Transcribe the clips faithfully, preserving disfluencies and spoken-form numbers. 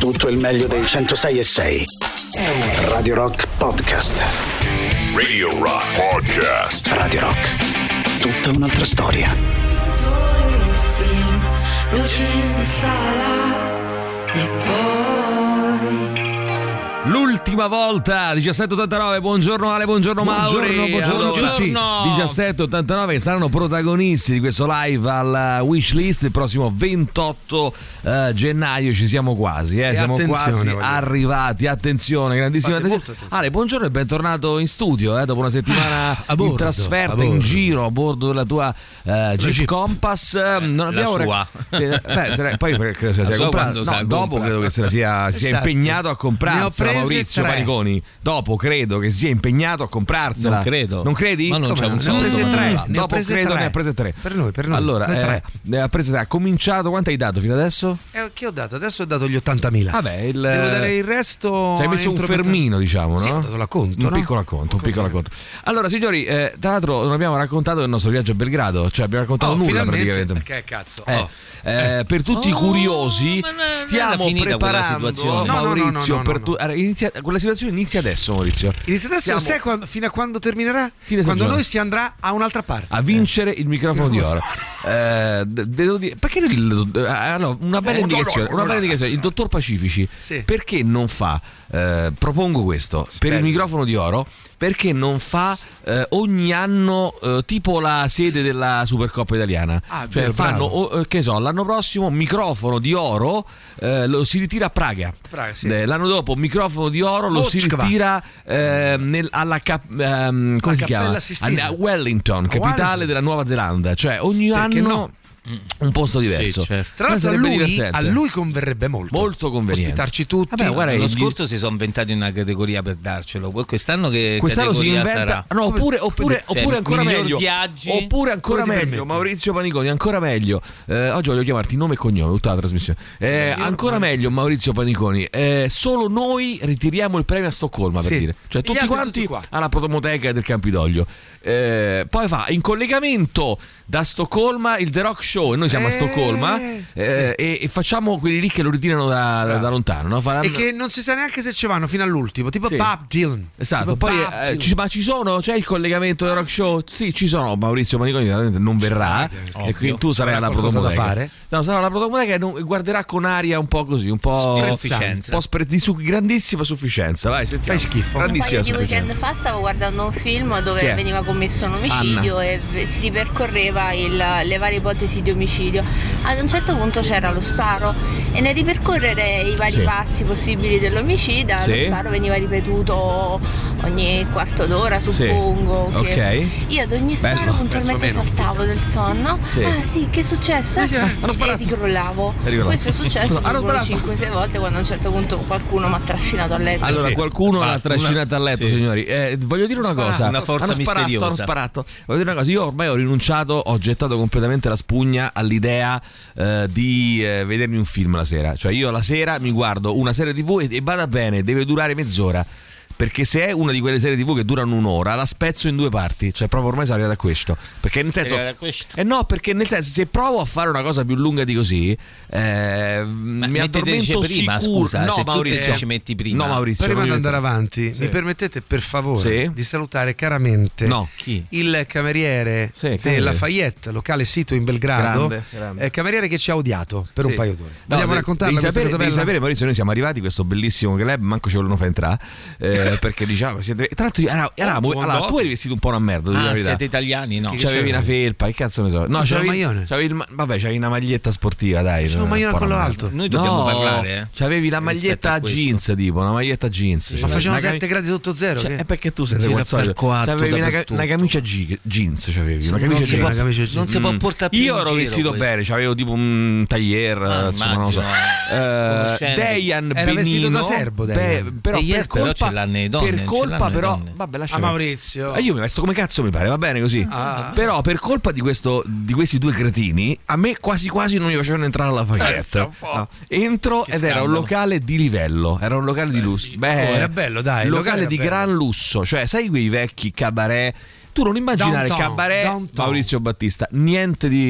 tutto il meglio dei centosei e sei. Radio Rock Podcast. Radio Rock Podcast. Radio Rock. Tutta un'altra storia. Luce sala e poi L'ultima volta diciassette ottantanove. Buongiorno Ale, buongiorno Mauri. Buongiorno, buongiorno allora, a tutti. diciassette ottantanove saranno protagonisti di questo live al Wishlist il prossimo ventotto uh, gennaio. Ci siamo quasi, eh? Siamo quasi arrivati. Attenzione, grandissima attenzione. attenzione. Ale, buongiorno e bentornato in studio, eh? Dopo una settimana ah, a bordo, in trasferta, a in giro a bordo della tua uh, Jeep, Jeep Compass. Eh, non abbiamo la sua. Re- beh, se- poi credo se sia comprato. No, dopo credo che se la sia, si sia esatto. impegnato a comprarsela. Maurizio tre. Paniconi, dopo credo che sia impegnato a comprarsela. Non credo. Non credi? Ma non Come c'è no? un Ne ha soldo. prese tre. Ne ha Dopo prese credo tre. ne ha prese tre. Per noi, per noi. Allora, Ne eh, tre. ne ha prese tre. Ha cominciato, quanto hai dato fino adesso? Eh, che ho dato? Adesso ho dato gli ottantamila. Vabbè, il Devo dare il resto. Ci hai messo un entro fermino, diciamo, no? Sì, ho dato l'acconto, Un no? piccolo acconto, un piccolo acconto. Allora, signori, eh, tra l'altro non abbiamo raccontato del nostro viaggio a Belgrado, cioè abbiamo raccontato Oh, nulla finalmente. praticamente. Che cazzo? Eh, Oh. eh, per tutti i Oh, curiosi ma non è- stiamo non è finita quella preparando situazione. No, no, no, Maurizio no, no, per no. tu- allora, inizia- quella situazione inizia adesso, Maurizio. Inizia adesso, Stiamo- sai quando, fino a quando terminerà? Fine Quando stagione. noi si andrà a un'altra parte. A vincere il microfono di oro. Eh, de- devo dire, perché il, eh, allora, una bella indicazione, una bella indicazione. Il dottor Pacifici, Sì. perché non fa? Eh, propongo questo per il microfono di oro. Perché non fa eh, ogni anno eh, tipo la sede della Supercoppa italiana? Ah, cioè vero, fanno, bravo. o, eh, che so, l'anno prossimo microfono di oro eh, lo si ritira a Praga. Praga, sì. Eh, l'anno dopo microfono di oro lo si Moskva. ritira eh, nel- alla cap- ehm, come La si chiama? Cappella Sistina. A Wellington, capitale Wellington. della Nuova Zelanda. Cioè ogni Perché anno no? un posto diverso. Sì, certo. Tra l'altro a sarebbe lui, divertente. a lui converrebbe molto. Molto conveniente. Ospitarci tutti. Vabbè, guarda, L'anno gli- scorso si sono inventati una categoria per darcelo. Quest'anno che Quest'anno si categoria inventa, sarà? no, oppure, oppure, Cioè, oppure ancora miglior meglio, viaggi? oppure ancora Come ti meglio, permetti? Maurizio Paniconi, ancora meglio. Eh, oggi voglio chiamarti nome e cognome tutta la trasmissione. Eh, Signor ancora Maurizio. meglio, Maurizio Paniconi. Eh, solo noi ritiriamo il premio a Stoccolma, per Sì. dire. Cioè Gli tutti altri quanti tutti qua. alla protomoteca del Campidoglio. Eh, poi fa in collegamento da Stoccolma il The Rock Show e noi siamo a Eh, Stoccolma eh, e, e facciamo quelli lì che lo ritirano da, da, da lontano, no? Faranno- E che non si sa neanche se ci vanno fino all'ultimo. Tipo Sì. Bob Dylan. Esatto, Tipo poi Bob eh, Dylan. ci- ma ci sono? C'è il collegamento del Rock Show? Sì, ci sono. Maurizio Paniconi veramente non verrà. Ovvio. E quindi tu sarai Avrà alla qualcosa da protomoteca. fare? No, sarà alla protomoteca e non- guarderà con aria un po' così, un po' Sufficienza. un po' spre- di su- grandissima sufficienza. Vai, sentiamo. Fai schifo. Un Grandissima paio di weekend sufficienza. fa stavo guardando un film dove Chi è? veniva commesso un omicidio Anna. e v- si ripercorreva il- le varie ipotesi di omicidio. Ad un certo punto c'era lo sparo e nel ripercorrere i vari Sì. passi possibili dell'omicida Sì. lo sparo veniva ripetuto ogni quarto d'ora, Sì. suppongo. Che Ok. io ad ogni sparo Bello. puntualmente Verso meno. saltavo del sonno. Sì. Ah sì, che è successo? Eh sì, hanno e sparato. ricrollavo. E ricrollavo. Questo è successo Hanno sparato. cinque sei volte quando a un certo punto qualcuno mi ha trascinato a letto. Allora, Sì, qualcuno basta, l'ha trascinata una- a letto, sì. signori. Eh, voglio dire una Sparato, cosa: una forza hanno sparato, misteriosa. hanno sparato. Voglio dire una cosa: io ormai ho rinunciato, ho gettato completamente la spugna all'idea eh, di eh, vedermi un film la sera. Cioè, io la sera mi guardo una serie tivù e, e vada bene, deve durare mezz'ora. Perché se è una di quelle serie tivù che durano un'ora, la spezzo in due parti. Cioè, proprio ormai sono arrivato a questo. Perché nel senso. arrivato a questo? Eh no, perché nel senso, se provo a fare una cosa più lunga di così, eh, mi metteteci addormento prima, sicuro. scusa, no, se tu Maurizio, te ci metti prima. No, Maurizio. Prima non di mi andare metto- avanti, Sì. mi permettete per favore Sì. di salutare caramente No. Chi? il cameriere Sì, del cameriere. Lafayette, locale sito in Belgrado, Grande, grande. eh, cameriere che ci ha odiato per Sì. un paio d'ore. No, Vogliamo devi- raccontarla devi questa sapere, cosa devi bella? sapere, Maurizio, noi siamo arrivati a questo bellissimo club, manco ci volevano far entrare eh, perché diciamo siete... tra l'altro era, eravamo, Oh, allora, tu quando- eri vestito un po' una merda, devo dire la Ah, verità. siete italiani? No. Che C'avevi c'avevi? una felpa, che cazzo ne so. No, c'era c'avevi, il maglione. c'avevi il ma- vabbè, c'avevi una maglietta sportiva, dai. C'era un no, maglione po' a collo una alto. merda. Noi dobbiamo No, parlare, eh. c'avevi la Rispetto maglietta a a questo. jeans, tipo, una maglietta a jeans. Ma Cioè, facevano una cam- sette gradi sotto zero. Cioè, che? è perché tu sei Gira quel solito. per coatto C'avevi una, ca- dappertutto. una camicia gi- jeans, c'avevi una Non camicia si jeans. può- Una camicia jeans. non si può Mm. portare più Io in ero giro vestito questo. bene, c'avevo tipo un tailleur, Ah, insomma, non lo so. immagino. Eh, Conoscendo. Dejan Era Benino, vestito da serbo, Dejan. beh, però Tailleur per però colpa ce l'hanno le donne, per ce colpa l'hanno le però donne. vabbè, A lasciami. Maurizio. Eh, io mi vesto come cazzo mi pare, va bene così. Ah. Però per colpa di questo di questi due cretini, a me quasi quasi non mi facevano entrare alla Pensa Lafayette. un po'. No. Entro Che ed era un scandalo. locale di livello, era un locale di lusso. Beh, Oh, era bello, dai, il locale locale di era bello. gran lusso, cioè sai quei vecchi cabaret. Tu non immaginare Downtown, cabaret downtown. Maurizio Battista, niente di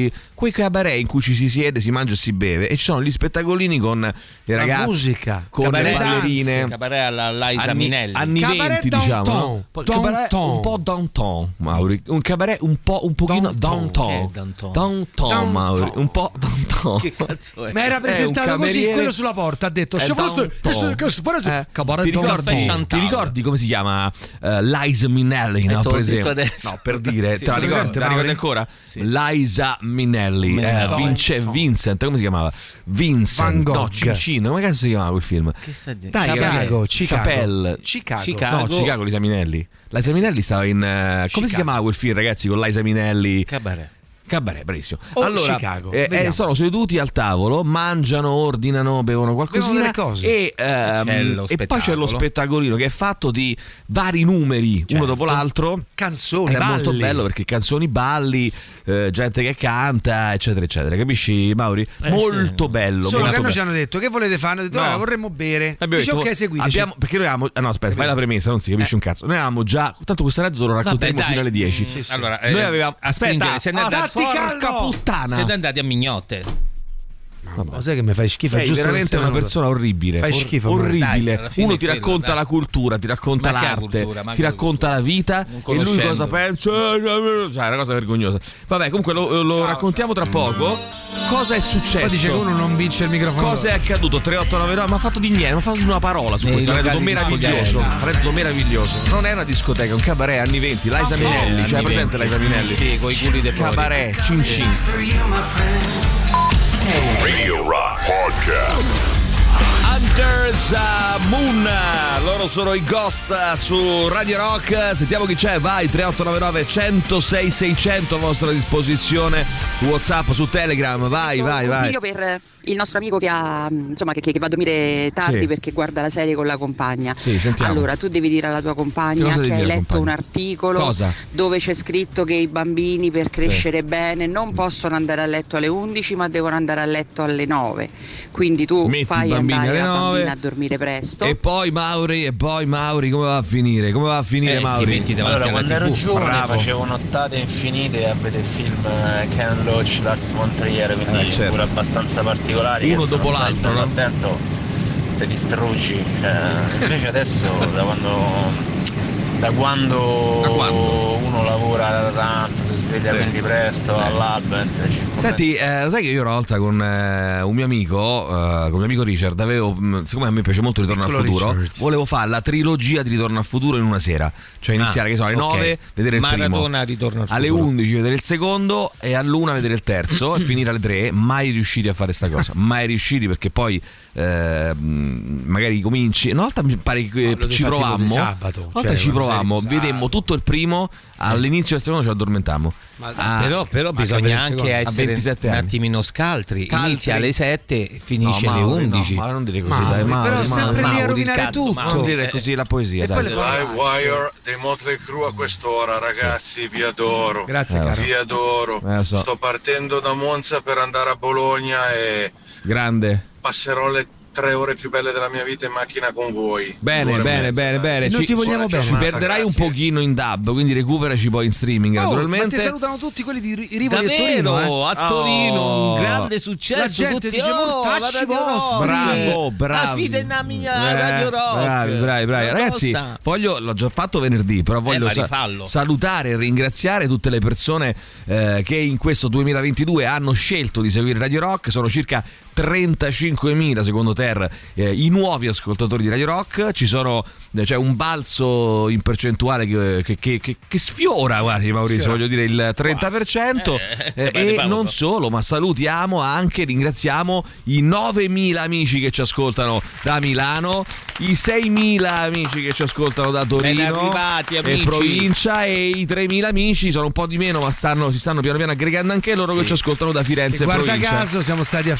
quei cabaret in cui ci si siede, si mangia e si beve, e ci sono gli spettacolini con le ragazze, musica, con cabaret le ballerine, dance, cabaret alla Liza anni, Minnelli, anni Cabaret venti, diciamo, downtown, no? Cabaret un po' downtown, Mauri, un cabaret un po' un pochino downtown, downtown, downtown, Mauri, un po' downtown. Che cazzo è? Ma era presentato così, quello sulla porta ha detto è downtown. Eh, cabaret ti, ricordi, downtown. ti ricordi come si chiama uh, Liza Minnelli, no, te l'ho per esempio? detto adesso. No, per dire, Sì, te la sì, ricordi, presente, te la ricordi Mauri? ancora? Sì. Liza Minnelli, eh, Vince, Vincent, come si chiamava? Vincent, Van Gogh. no, Cincin, come cazzo si chiamava quel film? Che sta dicendo? Dai, Chicago, che- Chicago. Chappelle. Chicago. Chicago. No, Chicago, Liza Minnelli. Liza Minnelli stava in eh, come si Chicago. chiamava quel film, ragazzi, con Liza Minnelli? Cabaret. Cabaret, bravissimo. O allora, Chicago, eh, eh, vediamo. sono seduti al tavolo, mangiano, ordinano, bevono qualcosina Bevono delle cose. e, ehm, C'è lo e poi c'è lo spettacolo. spettacolino che è fatto di vari numeri, uno Certo. dopo l'altro. Canzoni, Ed è molto balli. bello perché canzoni, balli, eh, gente che canta, eccetera, eccetera. Capisci, Mauri? molto bello. Solo molto che a noi bello. ci hanno detto che volete fare? Hanno detto No. "Ah, vorremmo bere". Abbiamo Dice detto, ok, seguiteci. abbiamo, perché noi avevamo. Ah no, aspetta, fai la premessa, non si capisce un cazzo. Noi avevamo già. Tanto questo aneddoto lo racconteremo Vabbè, fino dai. alle dieci. Sì, sì. Allora, noi eh, avevamo. a Aspetta, stringere, se ne ah, andate- porca calmo. puttana. Siete andati a mignotte. Ma sai che mi fai schifo? È Sei giusto veramente che sei una venuto. persona orribile. Fai Or- schifo, orribile. dai, alla fine Uno è ti quello, racconta dai. la cultura, ti racconta Ma che l'arte, cultura, ma ti che racconta la vita Non e lui conoscendo. cosa pensa? Cioè, è una cosa vergognosa. Vabbè, comunque lo, lo raccontiamo tra poco. Cosa è successo? Poi dice che uno non vince il microfono. Cosa è accaduto? tre otto nove nove, ma ha fatto di niente, ma ha fatto una parola su Nei questo aneddoto locali di meraviglioso. discoteca. Aneddoto meraviglioso. Non è una discoteca, è un cabaret anni venti. Liza Minnelli, anni cioè presente venti. Liza Minnelli? Sì, coi culi dei fuori. Cabaret, cin cin. Radio Rock Podcast. Hunters uh, Moon, loro sono i Ghost uh, su Radio Rock. Sentiamo chi c'è, vai tre otto nove nove, uno zero sei, sei zero zero a vostra disposizione su WhatsApp, su Telegram, vai vai Un vai. consiglio per il nostro amico che ha insomma che, che va a dormire tardi Sì. perché guarda la serie con la compagna. Sì, sentiamo. Allora tu devi dire alla tua Che compagna cosa che devi hai dire alla letto un compagna? articolo Cosa? dove c'è scritto che i bambini per crescere bene non possono andare a letto alle undici ma devono andare a letto alle nove. Quindi tu Metti i fai bambini andare alle la nove. bambina a dormire presto. E poi Mauri, e poi Mauri, come va a finire? Come va a finire Eh, ti Mauri? metti davanti Allora, alla quando ero tivù. giovane Bravo. facevo nottate infinite a vedere film eh, Ken Loach, Lars von Trier, quindi Eh, certo. pure abbastanza particolari. Uno che se dopo non stai l'altro, bello no? attento te distruggi. Cioè, invece adesso da quando da quando, Da quando? uno lavora tanto, si sveglia Sì. quindi presto all'alba entra cinque Senti, eh, sai che io una volta con eh, un mio amico, eh, con il mio amico Richard, avevo, mh, siccome a me piace molto Ritorno al Piccolo futuro, Richard. volevo fare la trilogia di Ritorno al futuro in una sera. Cioè iniziare, Ah, che so, alle ok. nove vedere il Maratona primo, Ritorno al alle futuro. undici vedere il secondo e all'una vedere il terzo e finire alle tre. Mai riusciti a fare sta cosa, mai riusciti, perché poi eh, mh, magari cominci. Una volta mi pare che No, lo devi ci fare tipo provammo, di sabato, una volta cioè, ci quando sei provammo, riposato. vedemmo tutto il primo, all'inizio del secondo ci addormentammo. Ma- Ah, Però, però ma bisogna capire il anche secondo. A essere ventisette un anni. attimino scaltri. Caltri. Inizia alle sette e finisce no, alle Mauri, undici. no, ma non dire così, Mauri, dai, Mauri, però Mauri, sempre lì a Mauri, rovinare cazzo, tutto. Mauri. non dire così la poesia, E dai. poi le parole- Live Wire dei Motley Crue a quest'ora, ragazzi, vi adoro. Grazie, Eh, caro. Vi adoro. Eh, lo so. Sto partendo da Monza per andare a Bologna e Grande. passerò le tre ore più belle della mia vita in macchina con voi. Bene, Due ore e bene, mezza, bene, dai. bene. Noi Ci, ti vogliamo buona bene. ci giornata, perderai un grazie. pochino in dub, quindi recuperaci poi in streaming, Oh, ma naturalmente. ti salutano tutti quelli di Ri- Rivoli e Davvero, Torino, eh. a Torino Oh. un grande successo. La gente tutti, dice, oh, "Mortacci la Radio vostri". Rock. Bravo, bravi. La fide nella mia Eh, Radio Rock. Bravi, bravi, bravi. Una Ragazzi, cosa. voglio, l'ho già fatto venerdì, però voglio ma sa- rifallo. salutare e ringraziare tutte le persone eh, che in questo duemilaventidue hanno scelto di seguire Radio Rock. Sono circa trentacinquemila secondo Ter eh, i nuovi ascoltatori di Radio Rock. Ci sono eh, c'è un balzo in percentuale che, che, che, che, che sfiora quasi, Maurizio, Sfiora. voglio dire il trenta per cento. Eh, Eh, vai, e Paolo. non solo, ma salutiamo anche, ringraziamo i novemila amici che ci ascoltano da Milano, i seimila amici che ci ascoltano da Ben Torino arrivati, e amici. provincia, e i tremila amici, sono un po' di meno ma stanno, si stanno piano piano aggregando anche loro, che ci ascoltano da Firenze E e guarda provincia. caso siamo stati a Firenze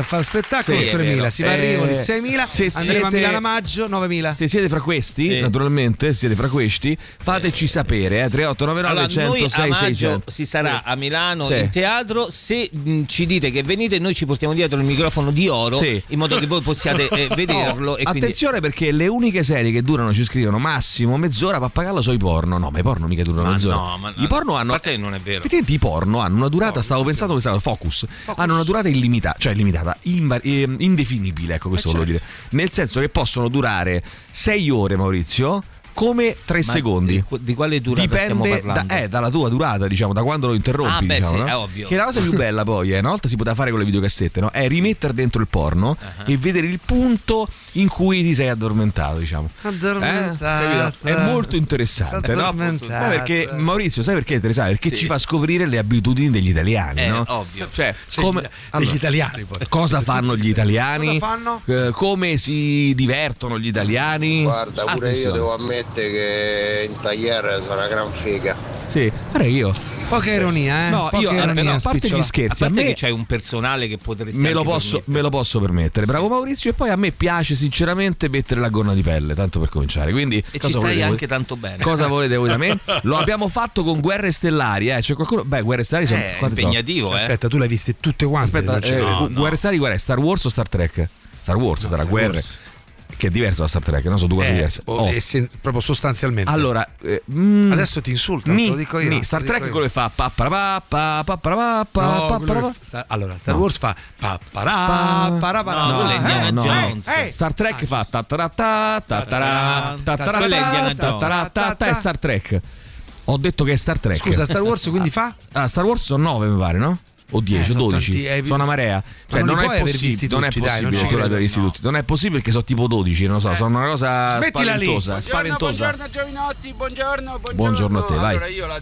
a fare spettacolo, Sì, tremila, si va a Eh, Rivoli, seimila, se andremo a siete- Milano a maggio, novemila. Se siete fra questi, Sì. naturalmente, siete fra questi, fateci sapere, eh, tre otto nove nove Allora, cento noi a sei maggio seicento. si sarà a Milano Sì. in teatro. Se mh, ci dite che venite, noi ci portiamo dietro il microfono di oro, Sì. in modo che voi possiate eh, vederlo. E quindi... Attenzione, perché le uniche serie che durano, ci scrivono massimo mezz'ora, pappagallo sono i porno. No, ma i porno mica durano Ma mezz'ora. no, ma I porno a hanno. parte che non è vero. Effettivamente i porno hanno una durata, stavo pensando pensavo, Focus, hanno una durata illimitata, cioè illimitata, inva- eh, indefinibile, ecco questo Eh, volevo certo. dire. Nel senso che possono durare sei ore, Maurizio, come tre Ma secondi. Di, di quale durata stiamo Dipende da, parlando? eh, dalla tua durata, diciamo, da quando lo interrompi. Ah, beh, diciamo, sì, no? è ovvio. Che la cosa più bella poi è, una volta si poteva fare con le videocassette, no? È rimettere dentro il porno Uh-huh. e vedere il punto in cui ti sei addormentato, diciamo. Addormentata. Eh? Capito? È molto interessante, no? Addormentata. Ma perché Maurizio, sai perché è interessante? Perché Sì. ci fa scoprire le abitudini degli italiani, Eh, no? ovvio. Cioè, Cioè, come, gli- allora, degli italiani poi. cosa fanno gli italiani? Cosa fanno? Eh, come si divertono gli italiani? Guarda, pure Attenzione. io devo ammettere che in tagliere sono una gran figa. Sì, guarda io. Poca ironia, eh. No, Poca io, ironia, no, a parte spicciola. gli A scherzi, a, parte me che c'hai un personale che potresti me lo, anche posso, permettere. me lo posso permettere. Bravo Maurizio. E poi a me piace sinceramente mettere la gonna di pelle, tanto per cominciare. Quindi, E cosa ci stai volete voi? anche tanto bene. Cosa volete voi da me? Lo abbiamo fatto con Guerre Stellari, eh. C'è qualcuno. Beh, Guerre Stellari sono Eh, quante sono? impegnativo, eh. Aspetta, tu l'hai viste tutte quante? Aspetta, Non c'è- eh, no, Gu- no. Guerre Stellari qual è? Star Wars o Star Trek? Star Wars, sarà Star Guerre. Wars. Che è diverso da Star Trek, no? Sono due cose Eh, diverse. oh, Oh. e se- proprio sostanzialmente. Allora, eh, mm, Adesso ti insultano, ni- te lo dico io. ni. te Star lo dico Trek io. quello che fa papparapappa, papparapappa, No, quello papparapappa. che fa- allora, Star No. Wars fa pa parà, parà, parà. No, quello è Indiana eh, Jones. eh, eh. Star Trek fa tatarata, tatarà, tatarà, Quello è Indiana tatarà, tatarà, è Star Trek. Ho detto che è Star Trek. Scusa, Star Wars quindi fa? Ah, Star Wars sono nove, mi pare, no? O dieci Eh, o sono dodici. tanti, hai sono una visto- marea. Cioè, non li non, puoi è aver possibile, visti non è tutti, dai, possibile non ci che tu li credo, abbia visti no. tutti. Non è possibile perché sono tipo dodici, non lo so, sono una cosa Smettila lì. spaventosa. Buongiorno, spaventosa. buongiorno Giovinotti, buongiorno, buongiorno. Buongiorno a te, vai. Allora io la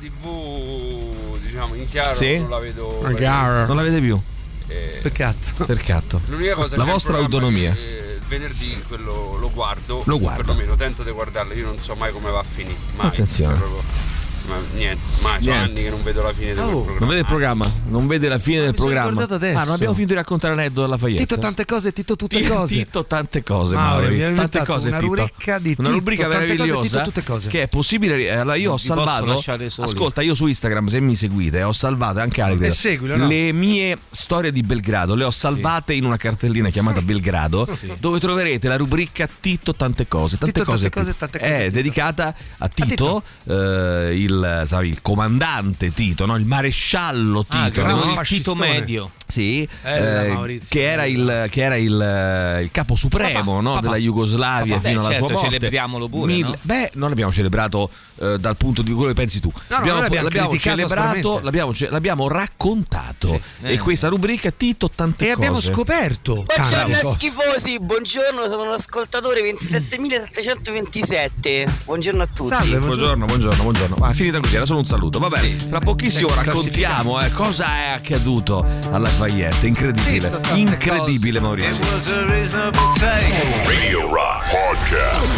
tivù, diciamo, in chiaro Sì? non la vedo. Magari. Non la vede più. Eh, Peccato. Peccato. L'unica cosa La c'è il vostra programma autonomia. che, eh, il venerdì quello lo guardo, Lo o guardo. perlomeno tento di guardarlo, io non so mai come va a finire, mai. Attenzione. Cioè, proprio, ma niente, mai, sono Niente. anni che non vedo la fine del Oh, programma. Non vede il programma, non vede la fine del mi sono programma. ricordato adesso. Ah, non abbiamo finito di raccontare l'aneddoto della Fayette. Tito tante cose, Tito tutte Tito, cose. Tito tante cose, Mauro, Mauri. abbiamo Tante inventato cose, una Tito. rubrica di Una Tito, rubrica tante cose, meravigliosa Tito, tutte cose. che è possibile. Allora io ho vi posso salvato. lasciare soli. Ascolta, io su Instagram, se mi seguite, ho salvato anche Ale, credo, E seguilo, no? le mie storie di Belgrado. Le ho salvate in una cartellina chiamata Belgrado, dove troverete la rubrica Tito tante cose. Tante Tito, cose, tante cose, tante cose, È Tito. dedicata a Tito, eh, il, sai, il comandante Tito, no? Il maresciallo Tito. Ah, no? no? il fascistone. Tito Medio. Sì, Bella, eh, Maurizio, che era, il, che era il, eh, il capo supremo Papà, no, papà. della Jugoslavia Papà. fino Beh, alla certo, sua morte. celebriamolo pure, no? Beh, non l'abbiamo celebrato eh, dal punto di quello che pensi tu. no, noi l'abbiamo criticato celebrato, aspramente. l'abbiamo, ce- l'abbiamo raccontato. Eh. E questa rubrica Tito tante E cose. abbiamo scoperto tante Buongiorno cose. schifosi, buongiorno, sono un ascoltatore ventisettemilasettecentoventisette. Buongiorno a tutti. Salve, Buongiorno, buongiorno, buongiorno. Ah, finita così, era solo un saluto. Va bene, fra pochissimo Sì, raccontiamo eh, cosa è accaduto alla Fayette. Incredibile, Tito, tante incredibile, Maurizio. Radio Rock Podcast.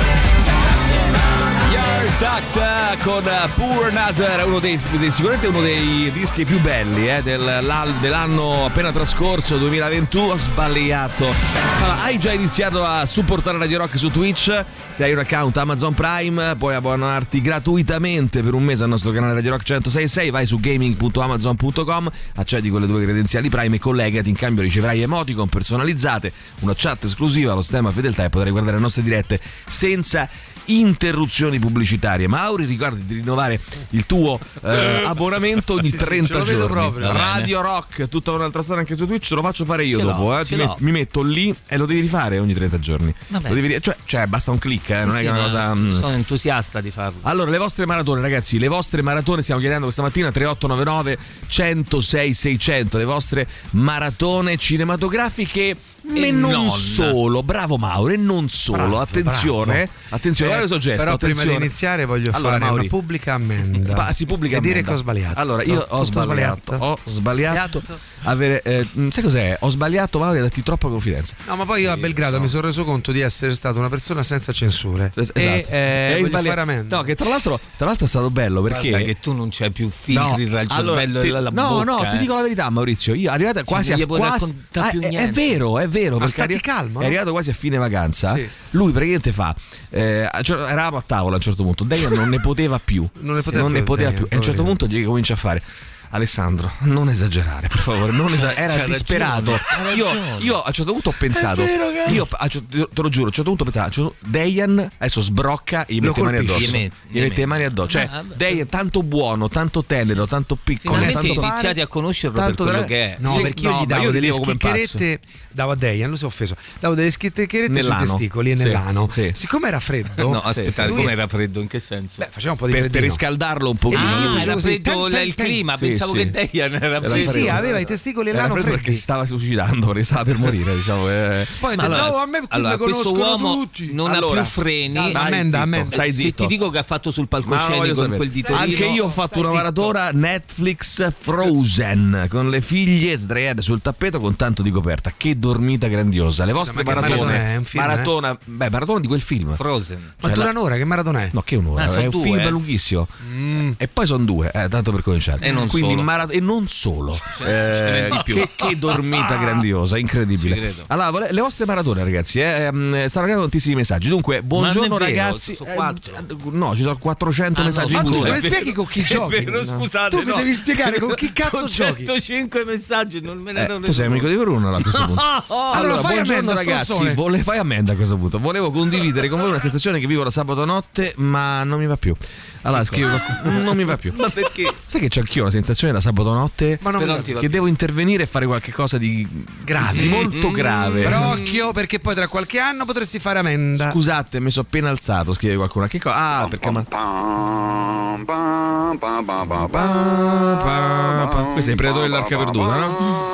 Yard Act con Poor Another, uno dei, dei- sicuramente uno dei dischi più belli eh, del, l'al- dell'anno appena trascorso, duemilaventuno. Ho sbagliato. Allora, hai già iniziato a supportare Radio Rock su Twitch? Se hai un account Amazon Prime puoi abbonarti gratuitamente per un mese al nostro canale Radio Rock centosei e sei. Vai su gaming punto amazon punto com, accedi con le tue credenziali Prime e collegati. In cambio riceverai emoticon personalizzate, una chat esclusiva, lo stemma fedeltà e potrai guardare le nostre dirette senza interruzioni pubblicitarie. Mauri, ricordi di rinnovare il tuo eh, abbonamento ogni Sì, sì, trenta ce lo vedo giorni. proprio. Radio Rock, tutta un'altra storia anche su Twitch, te lo faccio fare io Ce l'ho, dopo, eh. ce Ti l'ho. met- mi metto lì e lo devi rifare ogni trenta giorni. Vabbè. Lo devi ri- cioè, cioè basta un click, eh, Sì, non è sì, che è una ma cosa mm. sono entusiasta di farlo. Allora, le vostre maratone, ragazzi, le vostre maratone, stiamo chiedendo questa mattina tre otto nove nove centosei seicento, le vostre maratone cinematografiche E, E non non. solo, bravo Mauro, e non solo. Bravo, attenzione, bravo. attenzione, Eh, guarda questo gesto. però attenzione. prima di iniziare voglio Allora, fare Mauri, una pubblica ammenda. Pa- si pubblica e dire ammenda. che ho sbagliato. Allora, io Tutto ho sbagliato, sbagliato. ho sbagliato. Avere, eh, sai cos'è? Ho sbagliato, Mauri, a darti troppa confidenza. No, ma poi io a Belgrado mi sono reso conto di essere stata una persona senza censure. Esatto. E eh, Hai voglio sbagliato. fare ammenda. No, che tra l'altro, tra l'altro è stato bello perché Guarda che tu non c'hai più filtri tra il allora, cervello ti- e la, la no, bocca. no, ti eh. dico la verità, Maurizio. Io arrivata quasi non a gli puoi quasi, raccontare ah, più è, è niente. vero, è vero. Ma perché stati arri- calmo, è no? arrivato quasi a fine vacanza. Sì. Lui praticamente fa. Eh, cioè, eravamo a tavola a un certo punto. Dejan non ne poteva più. Non ne poteva non più, ne poteva Dejan, più. E a un certo poverino. punto gli comincia a fare. Alessandro, non esagerare, per favore. Non esagerare. Era c'ha disperato. ragione, ha Io, ragione. io a un certo punto ho pensato. vero, cazzo. io a un certo- te lo giuro, a un certo punto ho pensato. a un certo punto, Dejan adesso sbrocca e gli Lo mette le mani colpisce. addosso. Gli met- Gli gli mette le met- mati addosso. Cioè, Ah, vabbè. Dejan tanto buono, tanto tenero, tanto piccolo. Finalmente tanto iniziate a conoscerlo per tanto quello della- che è. No, Sì, perché io no, gli ma davo io delle vivevo come un pazzo. schiccherette, davo a Dejan, lo so offeso, davo delle schiccherette sui Nell'ano. testicoli e Sì, nell'ano. sì. Siccome era freddo, No, aspettate, lui- come era freddo? In che senso? beh, faceva un po' di per, per freddino. riscaldarlo un pochino. io Ah, facevo era così, freddo ten, la- ten, il ten. clima, Sì, pensavo sì. che Dejan era Era freddo. Sì, sì, freddo. aveva i testicoli e Era l'ano freddo freddi. perché si stava suicidando, perché stava per morire, diciamo. eh. Poi ho Ma detto, allora, "Oh, a me qui allora, mi questo conoscono uomo tutti." non Allora, ha più freni. dai, Vai, ammenda, zitto. ammenda. Stai Eh, Se zitto. ti dico che ha fatto sul Ma no, palcoscenico voglio in sapere. quel ditorino. Anche io ho fatto una maratona Netflix Frozen con le figlie sdraiate sul tappeto con tanto di coperta. Che dormita grandiosa. Le vostre ma che maratone. maratona è? Un film, maratona, beh, maratona di quel film. Frozen. Ma dura un'ora, che maratona è? No, che un'ora, Ah, è sono un due, film eh. lunghissimo. E poi sono due, eh, tanto per cominciare. E non Quindi solo. mara- e non solo. Ce n'è Eh, di più. che, che dormita grandiosa, incredibile. Ci credo. Allora, vole- le vostre maratone, ragazzi, eh, ehm, stanno arrivando tantissimi messaggi. Dunque, buongiorno non è vero, ragazzi. sono Eh, quattro. no, ci sono quattrocento Ah, no, messaggi. Ma tu scusa, me è ne vero. spieghi con chi giochi? È vero, scusate, Tu mi no. devi spiegare con chi cazzo Sono giochi. centocinque messaggi, non me ne Eh, ero tu reso sei amico di Bruno a questo punto. Allora, fai buongiorno ammenda, ragazzi, stronzone. vole- fai ammenda a questo punto. Volevo condividere con voi una sensazione che vivo la sabato notte, ma non mi va più. Allora scrivo, non mi va più. Ma perché? Sai che c'ho anch'io una sensazione da sabato notte Ma non Però mi non ti va che più. devo intervenire e fare qualche cosa di Grave. di molto Mm, grave. Però occhio, perché poi tra qualche anno potresti fare ammenda. Scusate, mi sono appena alzato, scrive qualcuno. Che cosa? Ah, perché ma Pam, pam, pam, pam, pam, pam. questo è il predatore dell'arca perduta, no?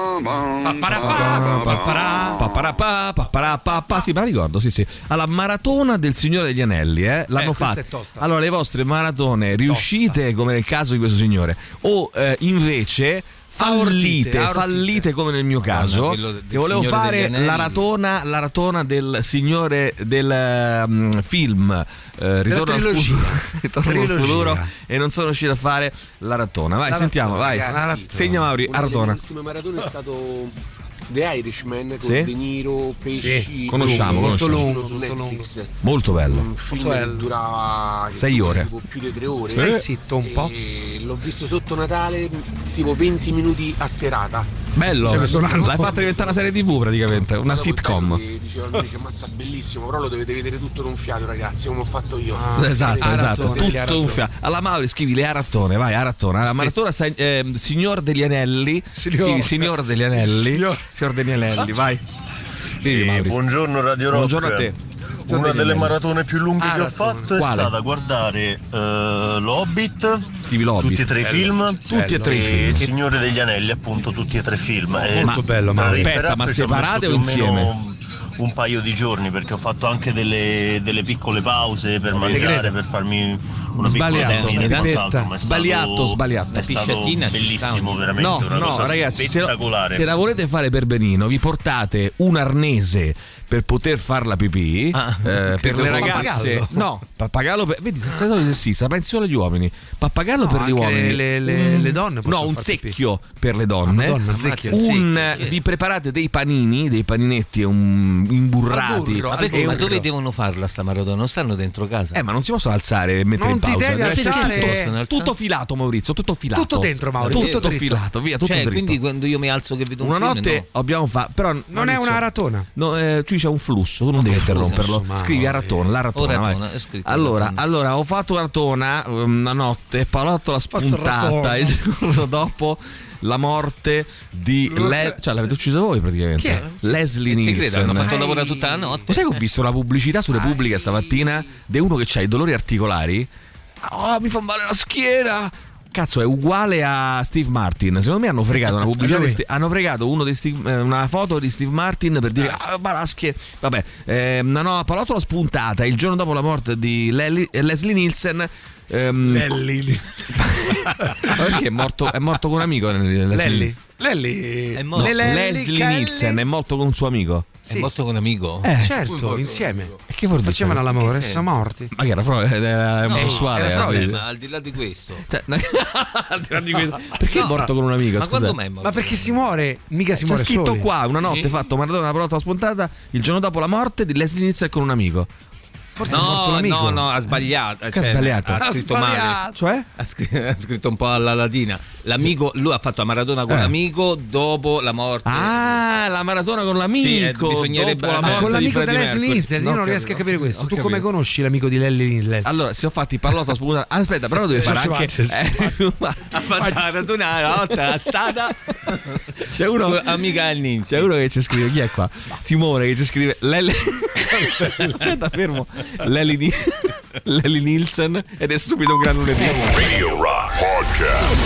Papparapà. Paparapà, paparapà, sì, me la ricordo, sì, sì. Alla maratona del Signore degli Anelli, eh, l'hanno Eh, questa fatta. è tosta. Allora, le vostre maratone riuscite, come nel caso di questo signore, o eh, invece fallite, Aortite, aortite. fallite come nel mio caso, quello del che volevo Signore fare degli Anelli. la ratona, la ratona del Signore del um, film eh, Ritorno al trilogia. futuro, Ritorno al Trilogia. futuro, e non sono riuscito a fare la ratona. Vai, La sentiamo, vai. Ragazzi, Segna Mauri, a una delle ratona. ultime maratone è stato The Irishman con Sì? De Niro, Pesci, conosciamo, molto conosciamo. lungo su Molto Netflix. Molto bello. Un film che durava che Sei durava ore. tipo più di tre ore. Stai zitto un po'. E l'ho visto sotto Natale, tipo venti minuti a serata. Bello, Cioè, questo l'anno- l'hai fatta diventare una serie tivù praticamente, una Dopo il sitcom. tempo Diceva, lui dice, mazza bellissimo, però lo dovete vedere tutto in un fiato, ragazzi, come ho fatto io. Esatto, Ah, esatto, Arattone, gli tutto un fiato. Alla Mauri scrivi le arattone, vai, arattone. Alla maratona sai, ehm, Signor degli Anelli. Signor. Scrivi Signor degli Anelli. Signor. Signor degli Anelli, vai. Scrivi, Eh, Mauri. buongiorno Radio Rock. Buongiorno a te. Una delle maratone più lunghe Ah, che ho ragione. fatto è Quale? stata guardare eh, l'Hobbit, Scrivi l'Hobbit. tutti e tre i film, Tutti e tre i e film. Il Signore degli Anelli, appunto, tutti e tre i film. E Molto bello, tra ma riff e aspetta, raff ma ci ho messo separate o più meno insieme? Un paio di giorni, perché ho fatto anche delle, delle piccole pause per mangiare, credo. per farmi una Sbagliato, piccola una quant'altro, ma è Sbagliato, stato- sbagliato. È stato pisciatina ci sta bellissimo, ogni- veramente No, una no, cosa ragazzi, se, lo- spettacolare. se la volete fare per benino, vi portate un arnese per poter far la pipì. Ah, eh, per credo le con ragazze, pappagallo. no, pappagallo per, vedi, senza solito sessista, pensi solo agli uomini. Pappagallo No, per gli anche uomini. le- le- le donne No, possono un far pipì. secchio per le donne. Madonna, zecchio. Un, Zecchio. vi preparate dei panini, dei paninetti um, imburrati. Al burro, Ma al perché? burro. Ma dove devono farla sta maratona? Non stanno dentro casa? Eh, ma non si possono alzare e mettere Non in ti pausa. devi Deve essere alzare. tutto, Possono alzare? tutto filato, Maurizio, tutto filato. Tutto dentro, Mauro, Tutto, tutto dritto. filato, via, tutto Cioè, dritto. quindi quando io mi alzo che vedo un Una film, notte no. abbiamo fatto, però Non è una maratona. No, eh, qui c'è un flusso, tu non devi flusso, interromperlo. insomma, Scrivi a ratona, la ratona. O ratona, vai. è scritto allora, ratona. allora, ho fatto ratona una notte, palottola spuntata. ratona. Il giorno dopo la morte di Le- cioè l'avete ucciso voi praticamente. Chi è? Leslie E ti Nielsen. credo, hanno fatto Ehi. lavorare tutta la notte. Lo sai che ho visto la pubblicità su Repubblica stamattina di uno che ha i dolori articolari? Oh, mi fa male la schiena. cazzo, è uguale a Steve Martin. Secondo me hanno fregato una pubblicità di Sti- hanno fregato uno di Steve, eh, una foto di Steve Martin per dire ah, Balaschi. Vabbè, eh, una nuova palottola spuntata il giorno dopo la morte di Lely, eh, Leslie Nielsen. Um, Lelly perché è morto, è morto con un amico. Lelly Lelly è morto. Leslie Nielsen è morto con un suo amico. Sì. È morto con un amico? Eh, certo, insieme. E che vuol dire? Facevano l'amore, sono morti. Ma che era, fro- era no, omosessuale? Era era, ma al di là di questo, cioè, al di là di questo perché no, è morto con un amico? Ma scusa? Ma, mai è morto? ma perché si muore? Mica si C'è muore scritto soli. qua una notte Sì. fatto Maradona una palottola spuntata il giorno dopo la morte di Leslie Nielsen con un amico. Forse no, è morto un amico. no, no, ha sbagliato. Che ha sbagliato? Ha, Ha scritto sbagliato. male. Cioè? Ha scritto, ha scritto un po' alla latina. L'amico, lui ha fatto a Maradona con Eh. l'amico dopo la morte. Ah, la maratona con l'amico. Sì, eh, bisognerebbe- dopo la Ah, morte Con di l'amico di Freddie Leslie Mercury. Nielsen, io No, non riesco a capito. capire questo. Ho Tu capito. come conosci l'amico di Leslie Nielsen? Allora, si ho fatti pallotta spuntata. Aspetta, però devi fare anche. Eh, Ha fatto la raduna una volta lattata. C'è uno, amica al ninja. c'è uno che ci scrive. Chi è qua? Simone che ci scrive. Lely. Aspetta, fermo. Lely, Ni- Lely Nielsen. Ed è subito un gran lunedì. Radio Rock Podcast.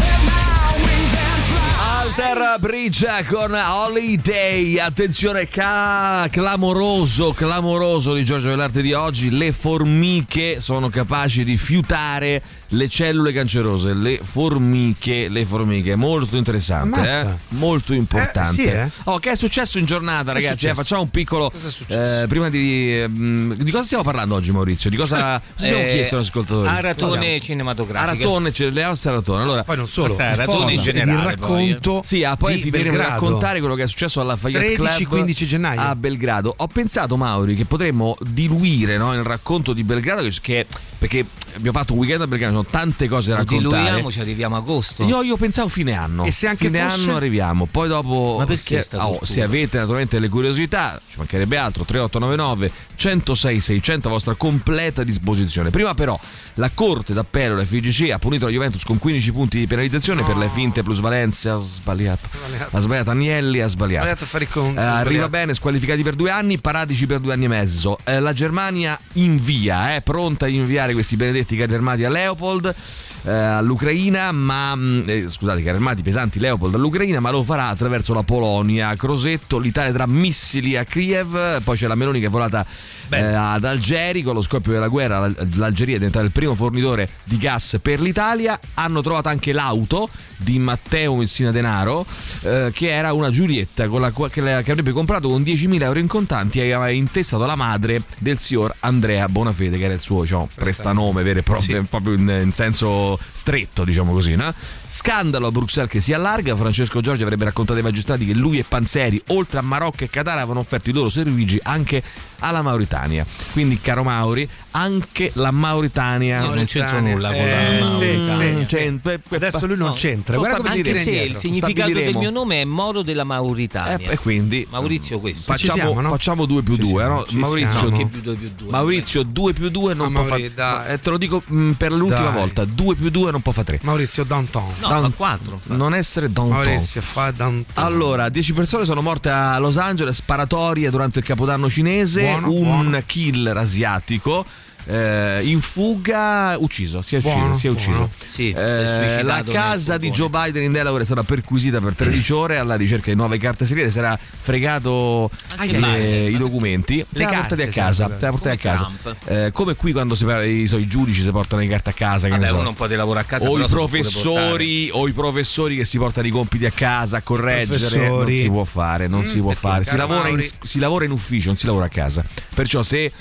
Alter Bridge con Holiday. Attenzione, ca- clamoroso, clamoroso di Giorgio dell'Arte di oggi. Le formiche sono capaci di fiutare le cellule cancerose. Le formiche, le formiche, molto interessante, eh? Ammazza. Molto importante. Eh, sì, eh. Oh, che è successo in giornata, Che è ragazzi? Eh, successo? facciamo un piccolo. Cosa è successo? eh, prima di. ehm, di cosa stiamo parlando oggi, Maurizio? Di cosa, cosa abbiamo Eh, chiesto agli ascoltatori? Aratone cinematografiche. Aratone, c'è le nostre aratone. Allora, Poi non solo, Questa è il Aratone foto in ed il generale, poi, eh. racconto sì, ah, poi di finiremo di Belgrado. raccontare quello che è successo alla Lafayette tredici Club quindici gennaio a Belgrado. Ho pensato, Mauri, che potremmo diluire, no, il racconto di Belgrado, che, che perché abbiamo fatto un weekend a Belgrado, ci sono tante cose da Lo raccontare. diluiamo, ci arriviamo a agosto. Io, io pensavo fine anno. E se anche fine fosse- anno arriviamo. Poi dopo. Ma perché se, sta oh, tortura? se avete naturalmente le curiosità, ci mancherebbe altro. tre otto nove nove uno zero sei seicento a vostra completa disposizione. Prima però la Corte d'Appello, la F I G C, ha punito la Juventus con quindici punti di penalizzazione No. per le finte plusvalenze. Ha sbagliato. Sbagliato. Ha sbagliato Agnelli, ha sbagliato. Sbagliato a fare i conti, Eh, arriva sbagliato. bene, squalificati per due anni, Paratici per due anni e mezzo. Eh, la Germania invia, eh, pronta a inviare questi benedetti carri armati a Leopold. eh, all'Ucraina, ma eh, scusate, carri armati pesanti Leopold all'Ucraina, ma lo farà attraverso la Polonia. Crosetto, l'Italia tra missili a Kiev. Poi c'è la Meloni che è volata eh, ad Algeri. Con lo scoppio della guerra l'Algeria è diventata il primo fornitore di gas per l'Italia. Hanno trovato anche l'auto di Matteo Messina Denaro, eh, che era una Giulietta con la, che, la, che avrebbe comprato con diecimila euro in contanti e aveva intestato la madre del signor Andrea Bonafede, che era il suo, diciamo, prestanome vero e proprio, Sì. proprio in, in senso stretto, diciamo così, no? Scandalo a Bruxelles che si allarga. Francesco Giorgi avrebbe raccontato ai magistrati che lui e Panzeri, oltre a Marocco e Qatar, avevano offerto i loro servigi anche alla Mauritania. Quindi, caro Mauri, anche la Mauritania. Io non c'entro nulla con la Eh, sì, Mauritania. sì, sì. C'entra- Adesso lui non No, c'entra. lo Guarda come si Anche tira se indietro. il significato del Stabiliremo. mio nome è Moro della Mauritania. Eh, e quindi Maurizio questo. Ci facciamo, siamo, no? facciamo due più Ci due, siamo, no? ci Maurizio, siamo. Che più due più due. Maurizio due più due non Ah, può Mauri, fare. dai. Eh, te lo dico mh, per l'ultima Dai. volta, due più due non può fare tre. Maurizio Downtown. No, Down- fa quattro. Non essere downtown. Maurizio fa Downtown. Allora, dieci persone sono morte a Los Angeles, sparatorie durante il Capodanno cinese, Buono, un buono. killer asiatico. eh, in fuga, ucciso, si è ucciso, Buono, si è ucciso. buono. Sì, si è Eh, suicidato la nel casa di Joe furgone. Biden in Delaware è stata perquisita per tredici ore alla ricerca di nuove carte segrete. Si era fregato Anche le- Biden. i documenti, se la carte portati a sono casa, state- te la portai a come casa. Trump. Eh, come qui quando si parla, i, so, i giudici si portano le carte a casa, che Vabbè, ne so. uno un po' di lavoro a casa, o però i si può pure professori o i professori che si portano i compiti a casa a correggere. Non Professori. si può fare, non Mm, si può perché, fare. Si caro lavora, in, Mauri? si lavora in ufficio, non si lavora a casa. Perciò se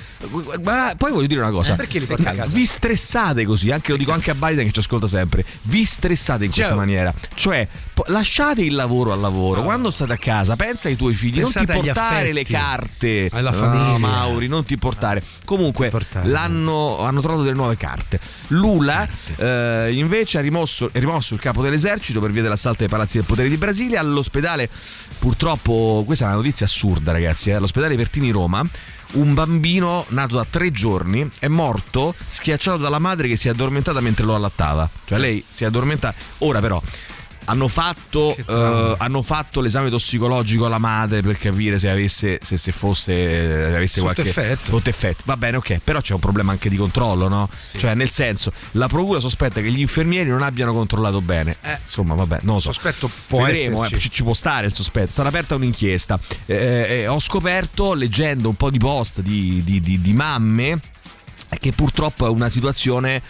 ma poi voglio dire una cosa, Eh, perché li porti a casa? vi stressate così, anche lo dico anche a Biden che ci ascolta sempre. Vi stressate in questa Ciao. maniera. Cioè, po- lasciate il lavoro al lavoro. Quando state a casa, pensa ai tuoi figli, Pensate non ti agli portare affetti, le carte. alla No, famiglia. Mauri, non ti portare. Comunque portare, l'hanno hanno trovato delle nuove carte. Lula eh, invece ha rimosso, è rimosso il capo dell'esercito per via dell'assalto ai palazzi del potere di Brasilia. All'ospedale, purtroppo, questa è una notizia assurda, ragazzi, eh, all'ospedale Pertini Roma un bambino nato da tre giorni è morto schiacciato dalla madre che si è addormentata mentre lo allattava. Cioè lei si è addormentata. Ora però hanno fatto eh, hanno fatto l'esame tossicologico alla madre per capire se avesse se, se fosse avesse sotto qualche effetto. sotto effetto. Va bene, ok, però c'è un problema anche di controllo, no? Sì. Cioè, nel senso, la procura sospetta che gli infermieri non abbiano controllato bene. Eh, insomma, vabbè, non lo so. Sospetto può Vedremo, esserci. eh, ci, ci può stare il sospetto. Sarà aperta un'inchiesta. Eh, eh, ho scoperto, leggendo un po' di post di, di, di, di mamme, che purtroppo è una situazione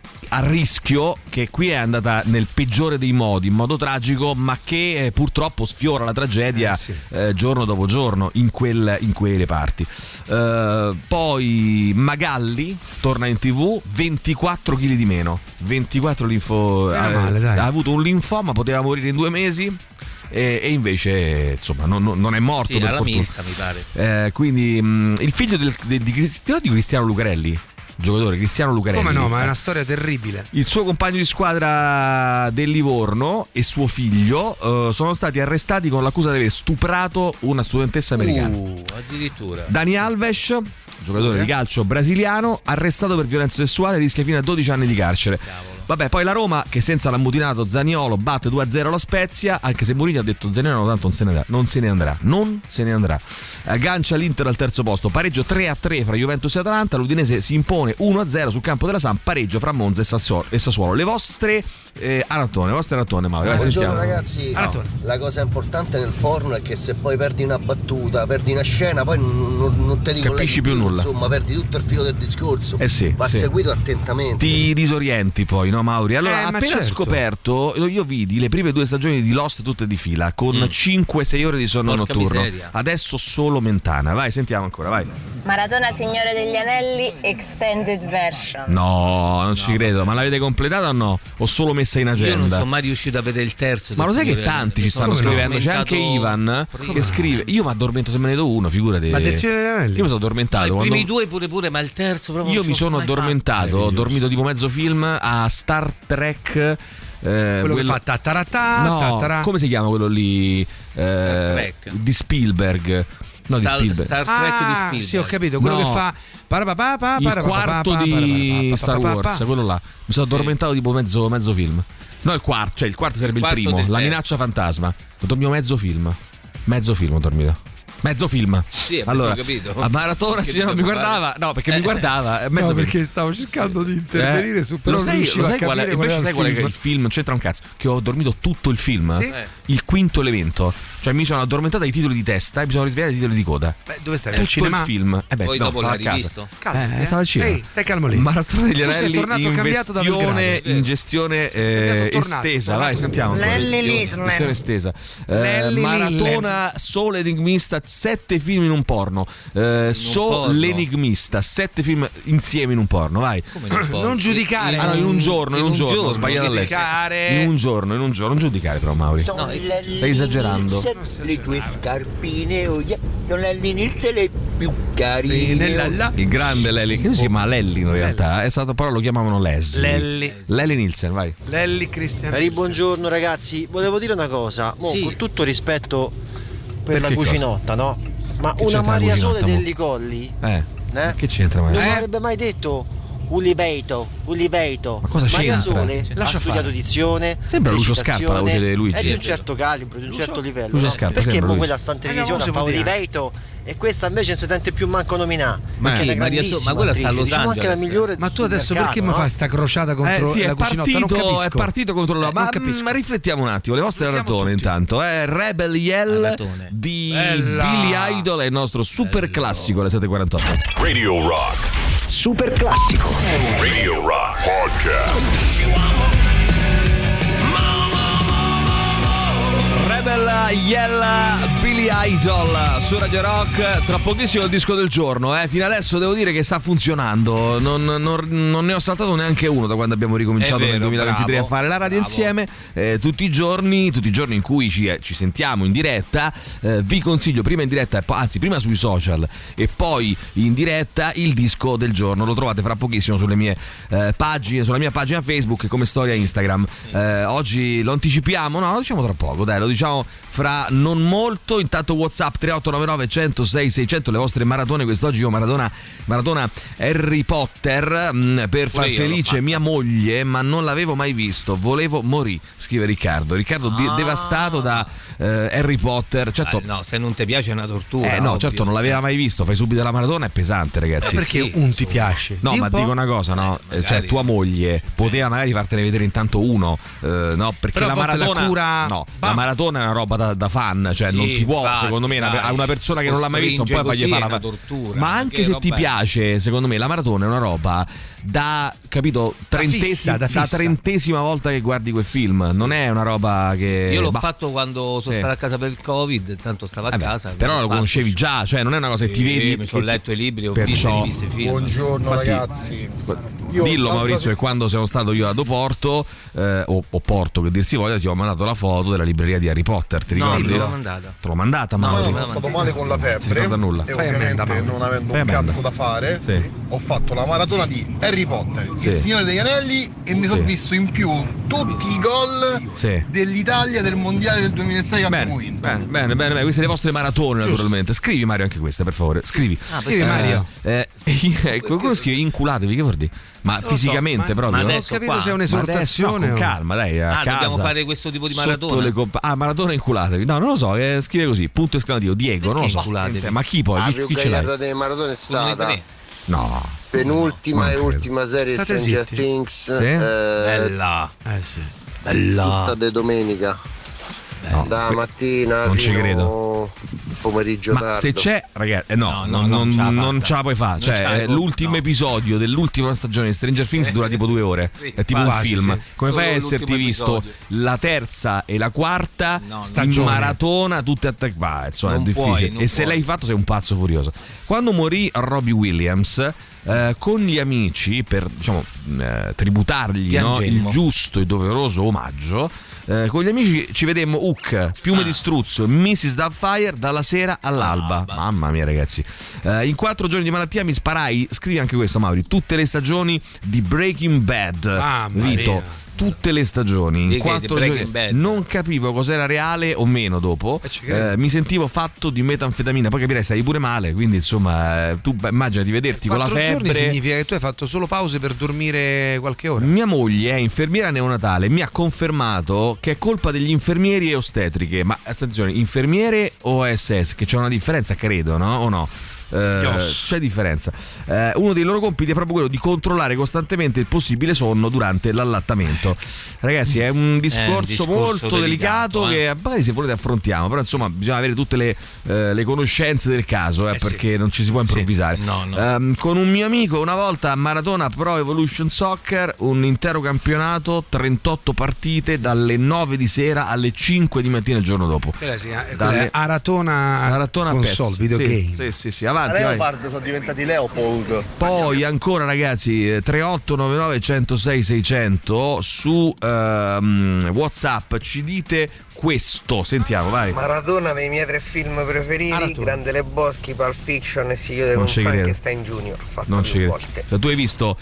a rischio, che qui è andata nel peggiore dei modi, in modo tragico, ma che eh, purtroppo sfiora la tragedia eh, sì. eh, giorno dopo giorno in, quel, in quei reparti. Uh, poi Magalli torna in tv, ventiquattro chili di meno, ventiquattro linfo, Meno ha, male, dai. ha avuto un linfoma, poteva morire in due mesi. E, e invece insomma non, non è morto, Sì, per alla fortuna. milza mi pare. Eh, quindi mh, il figlio del, de, di, Cristiano, di Cristiano Lucarelli, giocatore Cristiano Lucarelli. Come no, ma è una storia terribile. Il suo compagno di squadra del Livorno e suo figlio uh, sono stati arrestati con l'accusa di aver stuprato una studentessa americana. Uh, addirittura. Dani Alves, giocatore di calcio brasiliano, arrestato per violenza sessuale, rischia fino a dodici anni di carcere. Cavolo. Vabbè, poi la Roma, che senza l'ammutinato Zaniolo batte due a zero la Spezia, anche se Mourinho ha detto Zaniolo tanto non se ne andrà, non se ne andrà, non se ne andrà. Aggancia l'Inter al terzo posto, pareggio tre a tre fra Juventus e Atalanta, l'Udinese si impone uno a zero sul campo della Samp, pareggio fra Monza e Sassuolo. E Sassuolo. Le vostre eh, Arattone, le vostre Arattone, Mauro, vai, Buongiorno sentiamo. ragazzi, Arattone. la cosa importante nel porno è che se poi perdi una battuta, perdi una scena, poi non, non, non te li Capisci colleghi più nulla. insomma, perdi tutto il filo del discorso. Eh sì, va sì. seguito attentamente. Ti disorienti poi, no Mauri? Allora, Eh, ma appena certo. scoperto, io, io vidi le prime due stagioni di Lost tutte di fila, con Mm. cinque sei ore di sonno Porca notturno. miseria. Adesso solo Mentana. Vai, sentiamo ancora, vai. Maratona Signore degli Anelli Extended Version. No, non ci credo. Ma l'avete completata o no? O solo messa in agenda? Io non sono mai riuscito a vedere il terzo. Ma lo del sai che Signore tanti degli ci Anelli. stanno Sono scrivendo? C'è anche Ivan prima. che scrive. Io mi addormento se me ne do uno, figurati. Ma attenzione agli anelli. Io mi sono addormentato. I quando- primi due pure pure, ma il terzo proprio Io non mi ci sono mai addormentato. Ho dormito tipo mezzo film a Star Trek. eh, Quello che fa tattaratà, No, tattara. come si chiama quello lì? Eh, Trek. di Spielberg. No, di Star- Spielberg. Star Trek di Ah, Spielberg. sì, ho capito, quello No. che fa parapapapa, Il parapapapa, quarto di parapapapa, Star parapapapa. Wars, quello là. Mi sono Sì. addormentato tipo mezzo, mezzo film. No, il quarto, cioè il quarto sarebbe il, quarto primo, del La terzo. minaccia fantasma. Ho dormito mezzo film. Mezzo film ho dormito. Mezzo film. Sì, eh, allora, ho capito. a maratona Che signora mi dobbiamo guardava. fare? No, perché mi Eh. guardava. eh, Mezzo No, film. perché stavo cercando di intervenire Eh? su, però lo non sai, riuscivo lo a sai qual è, capire qual invece era sai il qual è che film. il film, non c'entra un cazzo, che ho dormito tutto il film, Sì? Eh. il quinto elemento, cioè mi sono addormentato ai titoli di testa e mi sono risvegliato ai titoli di coda. Beh, dove stai? Tutto Al cinema? il film. Eh beh, Poi no, dopo stavo l'hai a casa. rivisto? Calmati, Eh, eh. stavo al cinema. Ehi, stai calmo lì. Maratona degli Tu sei Anelli tornato in cambiato da gestione, Belgrado. in gestione Cambiato, eh, tornato, estesa. tornato, Vai, sentiamo. cambiato. ancora. Lelli Gestione- Lismer. Gestione estesa. Eh, Lelli Maratona solo enigmista, sette film in un porno. Eh, so porno? l'enigmista, sette film insieme in un porno. Vai. Come non può? Non giudicare. Ah no, in un giorno, in un giorno, ho sbagliato a letto. giudicare. In un giorno, in un giorno, non giudicare però Mauri. No, Stai esagerando. Le tue scarpine, oh yeah, sono all'inizio le più carine. La, la. Il grande Lelli, che si chiama Lelli in realtà, è stato però lo chiamavano Leslie. Lelli. Lelli Nielsen, vai. Lelli Cristian. Ri, buongiorno ragazzi, volevo dire una cosa, mo, Sì. con tutto rispetto per Perché la cucinotta, no? Ma Che una c'entra la Maria Sole cucinotta, mo? degli Colli, Eh. eh? Che c'entra non Maria? mi avrebbe mai detto Uliveito, Uliveito. Ma cosa Maria c'entra? Sole Lascia ha studiato fare. dizione, Sembra Lucio recitazione, Scarpa la voce di Luigi. è di un certo calibro, di un certo livello. Lucio no? Scarpa, Perché sembra mo Luigi. quella sta in Eh, televisione no, fa si può dire. Uliveito e questa invece non si sente più manco nominare. Ma perché chi? è una Maria Sole? grandissima Ma quella sta a attrice, Los diciamo anche la Angeles. migliore Ma tu sul adesso mercato, perché mi no? fai sta crociata contro Eh, sì, la è cucinotta? Non partito, capisco. è partito contro la. Eh, Ma, non capisco. ma riflettiamo un attimo. Le vostre Riflettiamo ragioni tutti. intanto. Eh, Rebel Yell Maratone. di Bella. Billy Idol è il nostro super classico alle sette e quarantotto. Radio Rock. Super classico. Radio Rock Podcast. Rebel Yell Billy Idol su Radio Rock. Tra pochissimo il disco del giorno, eh. Fino adesso devo dire che sta funzionando. Non, non- non ne ho saltato neanche uno da quando abbiamo ricominciato È vero, nel duemilaventitré bravo, a fare la radio bravo. insieme. Eh, tutti i giorni, tutti i giorni in cui ci, eh, ci sentiamo in diretta, eh, vi consiglio prima in diretta, e poi- anzi prima sui social e poi in diretta il disco del giorno. Lo trovate fra pochissimo sulle mie eh, pagine, sulla mia pagina Facebook e come storia Instagram. Eh, oggi lo anticipiamo? No, lo diciamo tra poco, dai, lo diciamo fra non molto. contatto WhatsApp tre otto nove nove uno zero sei sei zero zero, le vostre maratone. Quest'oggi io maratona, maratona Harry Potter mh, per far felice mia moglie, ma non l'avevo mai visto, volevo morì, scrive Riccardo. Riccardo ah. di- devastato da eh, Harry Potter. Certo, eh, no, se non ti piace è una tortura. Eh no, ovvio. certo, non l'aveva mai visto, fai subito la maratona, è pesante, ragazzi. Eh, perché sì, un ti piace? No, Dì ma un dico una cosa, no, eh, cioè tua moglie poteva magari fartene vedere intanto uno, eh, no, perché però la maratona la cura... no, la maratona è una roba da, da fan, cioè sì, non ti può, infatti, secondo me, dai, a una persona che non l'ha mai visto, non puoi fargli fare la tortura. Ma anche se ti piace, secondo me la maratona è una roba da, capito, trentesima, da, fissa, da, da trentesima volta che guardi quel film, non è una roba che io l'ho bah. fatto quando sono sì. stato a casa per il Covid, tanto stavo a eh casa. beh, però lo conoscevi già, cioè non è una cosa che ti vedi, mi sono letto i libri, ho perciò... visto, visto i film. Buongiorno Infatti, ragazzi. Io dillo Maurizio che quando sono stato io ad Oporto eh, o, o Porto che dir si voglia, ti ho mandato la foto della libreria di Harry Potter, ti no, ricordi? No, l'ho mandata. Te l'ho mandata, no, Mauro. no, sono stato male con la febbre nulla. e Fai ovviamente ammenda, non avendo Fai un ammenda. cazzo da fare sì. ho fatto la maratona di Harry Potter, sì. Il Signore degli Anelli, e mi sono sì. visto in più tutti i gol sì. dell'Italia del mondiale del duemilasei che abbiamo vinto. Bene, bene, bene, bene, queste le vostre maratone naturalmente. Scrivi Mario anche questa, per favore. Scrivi. Ah, scrivi Mario. Eh, eh, qualcuno scrive inculatevi, che vuol dire? Ma non fisicamente so, ma, proprio? Ma adesso ho capito qua. Se è un'esortazione. Ma adesso, no, con calma, dai. A ah, casa, dobbiamo fare questo tipo di maratona. Le comp- ah, maratona inculatevi. No, non lo so, eh, scrive così, punto esclamativo. Diego, perché non lo so. Ma chi poi? La Chi, più chi ce l'hai? delle maratone è stata No. penultima no, e ultima serie State Stranger zitti. Things. Sì? Eh, Bella. Eh sì. Bella. Tutta de domenica. No, da que- mattina non fino ci credo. pomeriggio ma tardo. se c'è, ragazzi, eh no, no, non, no, non, non non ce la puoi fare. Cioè, l'ultimo no. episodio dell'ultima stagione di Stranger Things dura tipo due ore. Sì, è tipo quasi, un film. sì. Come Solo fai a esserti visto episodio. la terza e la quarta no, in maratona, tutte a te? Bah, insomma, non è difficile. Puoi, e se puoi. l'hai fatto, sei un pazzo furioso. Quando morì Robbie Williams. Eh, con gli amici per diciamo eh, tributargli no, il giusto e doveroso omaggio, eh, con gli amici ci vedemmo Hook, Piume ah. di Struzzo, missus Doubtfire dalla sera all'alba. Ah, mamma mia ragazzi, eh, in quattro giorni di malattia mi sparai, scrivi anche questo Mauri, tutte le stagioni di Breaking Bad. ah, Vito Maria. Tutte le stagioni in quattro giorni. Bad. Non capivo cos'era reale o meno dopo. Eh, mi sentivo fatto di metanfetamina. Poi capirei, stai pure male. Quindi, insomma, tu immaginati vederti con la febbre. Quattro giorni significa che tu hai fatto solo pause per dormire qualche ora. Mia moglie è infermiera neonatale. Mi ha confermato che è colpa degli infermieri e ostetriche. Ma attenzione, infermiere o A S S? Che c'è una differenza, credo, no? O no? Uh, c'è differenza. Uh, uno dei loro compiti è proprio quello di controllare costantemente il possibile sonno durante l'allattamento. Ragazzi, è un discorso, è un discorso molto delicato, delicato eh. che magari se volete affrontiamo, però insomma bisogna avere tutte le, uh, le conoscenze del caso, eh, eh perché sì. non ci si può improvvisare. Sì. No, no. Um, con un mio amico una volta a Maratona Pro Evolution Soccer, un intero campionato, trentotto partite dalle nove di sera alle cinque di mattina il giorno dopo. Quella sì, Dalle... quella Aratona, Aratona console, P E S, videogame. Sì, sì, sì, sì. Avanti, Leopard sono diventati Leopold. poi ancora ragazzi tre otto nove nove uno zero sei sei zero zero su um, WhatsApp ci dite questo, sentiamo, vai. Maratona dei miei tre film preferiti, Maratona. Grande Lebowski, Pulp Fiction e Si chiude non con Frankenstein Junior, fatto non più volte. Cioè, tu hai visto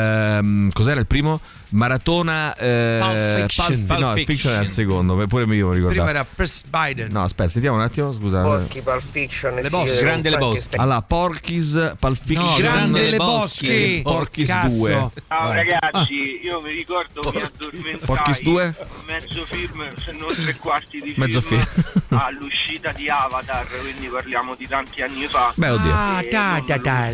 ehm, cos'era il primo? Maratona eh, Pulp Fiction. Pulp, no, Fiction. Fiction è il secondo, pure io mi ricordo. Prima era Press Biden. No, aspetta, sentiamo un attimo, scusa. Lebowski, Pulp Fiction e Lebowski, Si Grande con Lebowski. Allora, Porky's, Pulp Fiction, no, Grande Lebowski, Porky's due. Ciao Vai. ragazzi, io mi ricordo Por- mi addormentai Porky's due? mezzo film, se non tre quarti di mezzo film, film. all'uscita di Avatar, quindi parliamo di tanti anni fa. Beh, oddio. Ah, da, da, da.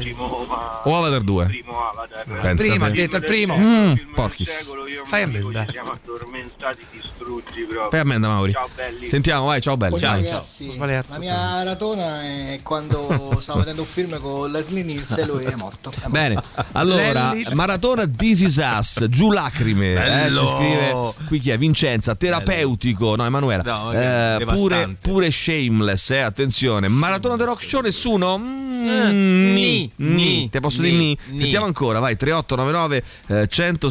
O Avatar due. Il primo Avatar. Pensa prima, ha te. detto il primo. Mm, Porky's. Fai ammenda. Ci siamo addormentati distruggi proprio. Fai ammenda, Mauri. Ciao belli. Sentiamo, vai, ciao belli. Ciao Vai. ragazzi, la mia maratona è quando stavo vedendo un film con Leslie Nielsen e lui è morto. È morto. Bene, allora, maratona This Is Us, giù lacrime, eh, ci scrive qui chi è? Vincenza, terapeutico, no Emanuela, no, eh, pure, pure Shameless, eh, attenzione, maratona The Rock Show nessuno? Mm, eh, ni, ni, ni, ni, te posso ni, dire ni? ni. Sentiamo ancora, vai, tre otto nove nove uno zero sei sei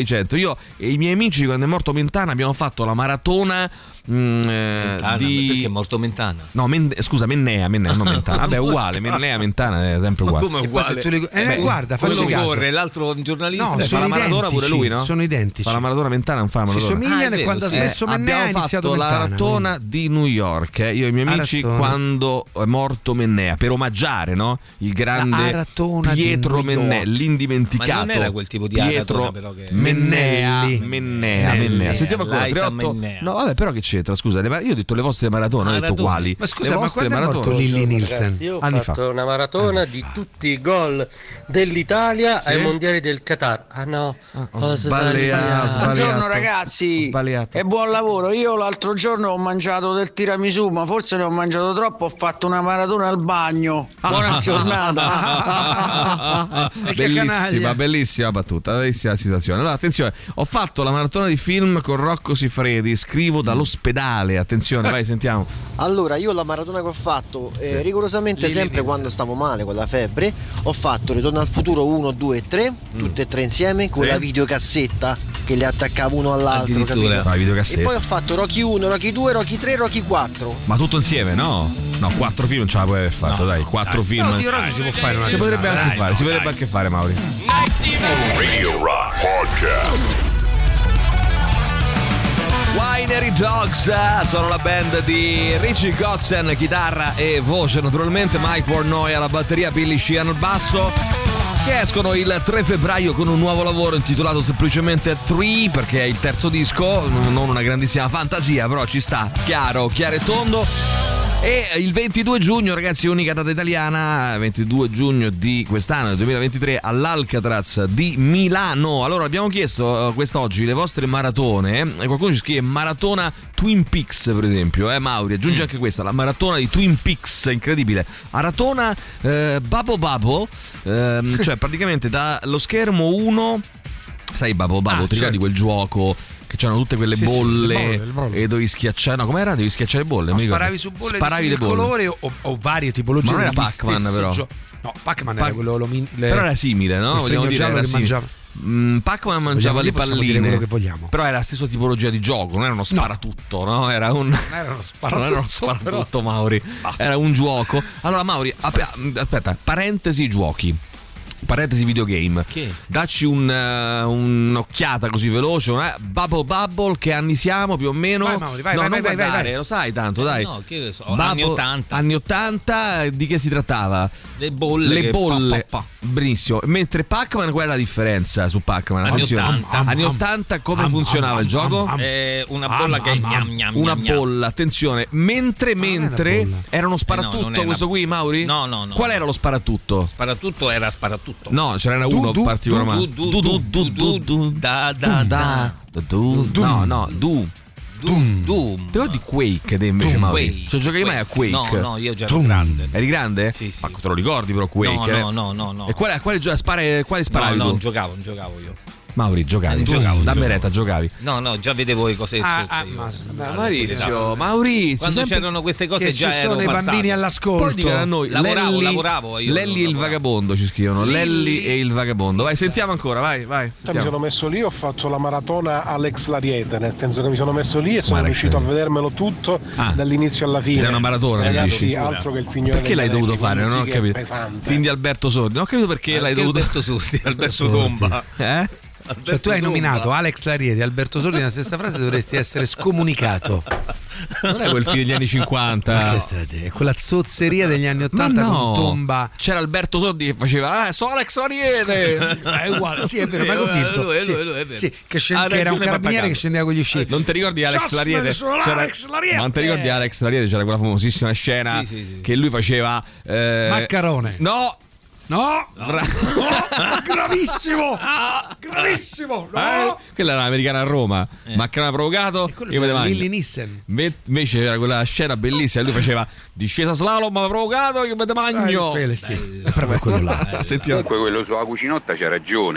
seicento. Io e i miei amici, quando è morto Mentana, abbiamo fatto la maratona mm, Mentana, di... perché è morto Mentana? No, Men... scusa, Mennea, Mennea, non Mentana. Vabbè, è uguale, Mennea, Mentana è sempre uguale. Come uguale? Se li... eh, Beh, guarda, facci caso. Corre, l'altro giornalista no, fa la maratona identici, pure lui, no? Sono identici. Fa la maratona Mentana, non fa la maratona. Si somigliano ah, e quando ha smesso eh, Mennea ha abbiamo iniziato fatto Mentana. la maratona di New York, eh, io e i miei amici, Maratona. quando è morto Mennea, per omaggiare, no? Il grande maratona Pietro di New Mennea, York. l'indimenticato. Ma non era quel tipo di Pietro maratona, però, che... Mennea, Mennelli. Mennea, Mennea. Sentiamo ancora Liza tre otto. Mennea. No, vabbè, però che c'entra? Scusa, le- io ho detto le vostre maratone, ho detto Maratone. quali? Ma scusa, Le ma vostre quando è morto maratone? Lilli Nielsen? Ragazzi, io ho Anni fatto fa. una maratona di tutti i gol dell'Italia Sì? ai mondiali del Qatar. Ah no, ho ho sbagliato, sbagliato. Buongiorno Ho ragazzi sbagliato. e buon lavoro. Io l'altro giorno ho mangiato del tiramisù, ma forse ne ho mangiato troppo, ho fatto una maratona al bagno. Buona giornata. Bellissima, canaglia. bellissima battuta, bellissima situazione. Allora, attenzione, ho fatto la maratona di film con Rocco Siffredi, scrivo dall'ospedale. Attenzione, vai, sentiamo. Allora, io la maratona che ho fatto, eh, Sì. rigorosamente Lilli sempre Nielsen. quando stavo male con la febbre, ho fatto Ritorno al futuro uno, due e tre, tutte e tre insieme, con Sì. la videocassetta che le attaccavo uno all'altro, Addirittura. capito? La E videocassetta. poi ho fatto Rocky uno, Rocky due, Rocky tre, Rocky quattro. Ma tutto insieme, no? No, quattro film non ce la puoi aver fatto, No, dai, no, quattro dai. film. No, di Rocky si può fare una si potrebbe giornata, anche dai, fare, no, si potrebbe dai. anche fare, Mauri. Radio Rock Podcast. Winery Dogs sono la band di Richie Kotzen, chitarra e voce naturalmente, Mike Portnoy alla batteria, Billy Sheehan al basso, che escono il tre febbraio con un nuovo lavoro intitolato semplicemente Three, perché è il terzo disco, non una grandissima fantasia, però ci sta, chiaro, chiaro e tondo. E il ventidue giugno, ragazzi, unica data italiana, ventidue giugno di quest'anno, del duemilaventitré, all'Alcatraz di Milano. Allora, abbiamo chiesto uh, quest'oggi le vostre maratone, e qualcuno ci scrive maratona Twin Peaks, per esempio, eh Mauri, aggiungi Mm. anche questa, la maratona di Twin Peaks, incredibile. Maratona eh, Bubble Bubble, ehm, cioè praticamente dallo schermo uno, sai Bubble Bubble, Ah, ti ricordi certo. quel gioco che c'erano tutte quelle Sì, sì, bolle, le bolle, le bolle. e dovevi schiacciare, no, com'era? Devi schiacciare le bolle, No, mi ricordo. sparavi su bolle sparavi di le bolle. colore o, o varie tipologie. Ma non era degli Pac-Man, stesso però. gio- No, Pac-Man Pac- era quello lo, le, Però era simile, no? il Vogliamo fregno dire, giallo era che simile. mangiava. Mm, Pac-Man mangiava le possiamo dire palline, quello che vogliamo. però era la stessa tipologia di gioco, non era uno sparatutto, no? Era un Non era uno sparatutto, non era uno sparatutto, Mauri. Era un gioco. Allora, Mauri, app- aspetta, parentesi giochi. Parentesi videogame. Che? Dacci un, uh, un'occhiata così veloce. Un, eh, Bubble Bubble, che anni siamo più o meno? Vai, Mauri, vai, no, vai, non vai, vai, guardare, vai. lo sai tanto, dai. No, che ne so, Bubble- anni ottanta. Anni ottanta, di che si trattava? Le bolle. Le che bolle, pa, pa, pa. benissimo. Mentre Pac-Man, qual è la differenza su Pac-Man? Anni Attenzione. ottanta. Anni ottanta, come Am, funzionava am, il gioco? am, am. Eh, una bolla Am, che am, gnam, am. gnam, Una gnam, gnam. bolla, attenzione. Mentre, non è una mentre bolla. era uno Eh sparatutto, no, non è una- questo qui, Mauri? No, no, no. Qual era lo sparatutto? Sparatutto era sparatutto. No, ce n'era Du, uno du, particolare. du, du, du, du, du, du, da, da, da. Du, du, no, no, du. Doom. Doom. Te lo di Quake te invece, Doom. Mauri? Quake. Cioè, giocavi mai a Quake? No, no, io già ero Doom. grande. Eri grande? Sì, sì. Ma te lo ricordi però Quake? No, eh? no, no, no, no. E quale, a quale, gio- spara- quale sparavi no, no, tu? non giocavo, non giocavo io. Mauri, giocavi. Eh, giocavo, Dammi giocavo. retta, giocavi. No, no, già vedevo le cose Ah, ah, io. ma- Ma Maurizio, Maurizio, Quando sempre- c'erano queste cose Che già ci sono ero i passato. bambini all'ascolto. Poi dicono a noi, Lavoravo, Lelli, lavoravo, io Lelli e il lavoravo. vagabondo ci scrivono. Lelli e il vagabondo. Vai, sentiamo ancora, vai, vai. Mi sentiamo. sono messo lì, ho fatto la maratona Alex Lariete, nel senso che mi sono messo lì e sono Alex riuscito a Lariete. vedermelo tutto Ah. dall'inizio alla fine. Era una maratona, ragazzi, dici? altro che il signore Perché degli l'hai Anelli, dovuto fare? con Non ho musiche capito. pesante. Film di Alberto Sordi. Non ho capito perché l'hai dovuto. Alberto Sordi, Alberto Tomba. Eh? Cioè tu hai nominato Alex Larieti e Alberto Sordi nella stessa frase, dovresti essere scomunicato. Non è quel film degli anni cinquanta. Ma che state? È quella zozzeria degli anni ottanta Ma no. con Tomba. C'era Alberto Sordi che faceva, eh, sono Alex Lariete. Sì, è uguale, sì, è vero, ma hai convinto? Lui, Sì, lui, lui, è vero. sì, che, scen- Ha che era un ragione carabiniere Pappagallo. che scendeva con gli sci. Non ti ricordi Alex Just Lariete? me, sono C'era- Alex Lariete. Ma non ti ricordi Alex Lariete? C'era quella famosissima scena Sì, sì, sì. che lui faceva eh, Maccarone. No. No, Bra- no, gravissimo, gravissimo, no. Eh, quella era l'americana a Roma, ma che aveva provocato Quello io me ne c'era mangio. Lilli Nielsen. Me- Invece era quella scena bellissima, lui faceva discesa slalom, ma provocato io me ne mangio. Eh, quelle sì. Però è quello là. Sentiamo. Comunque quello sulla cucinotta c'ha ragione.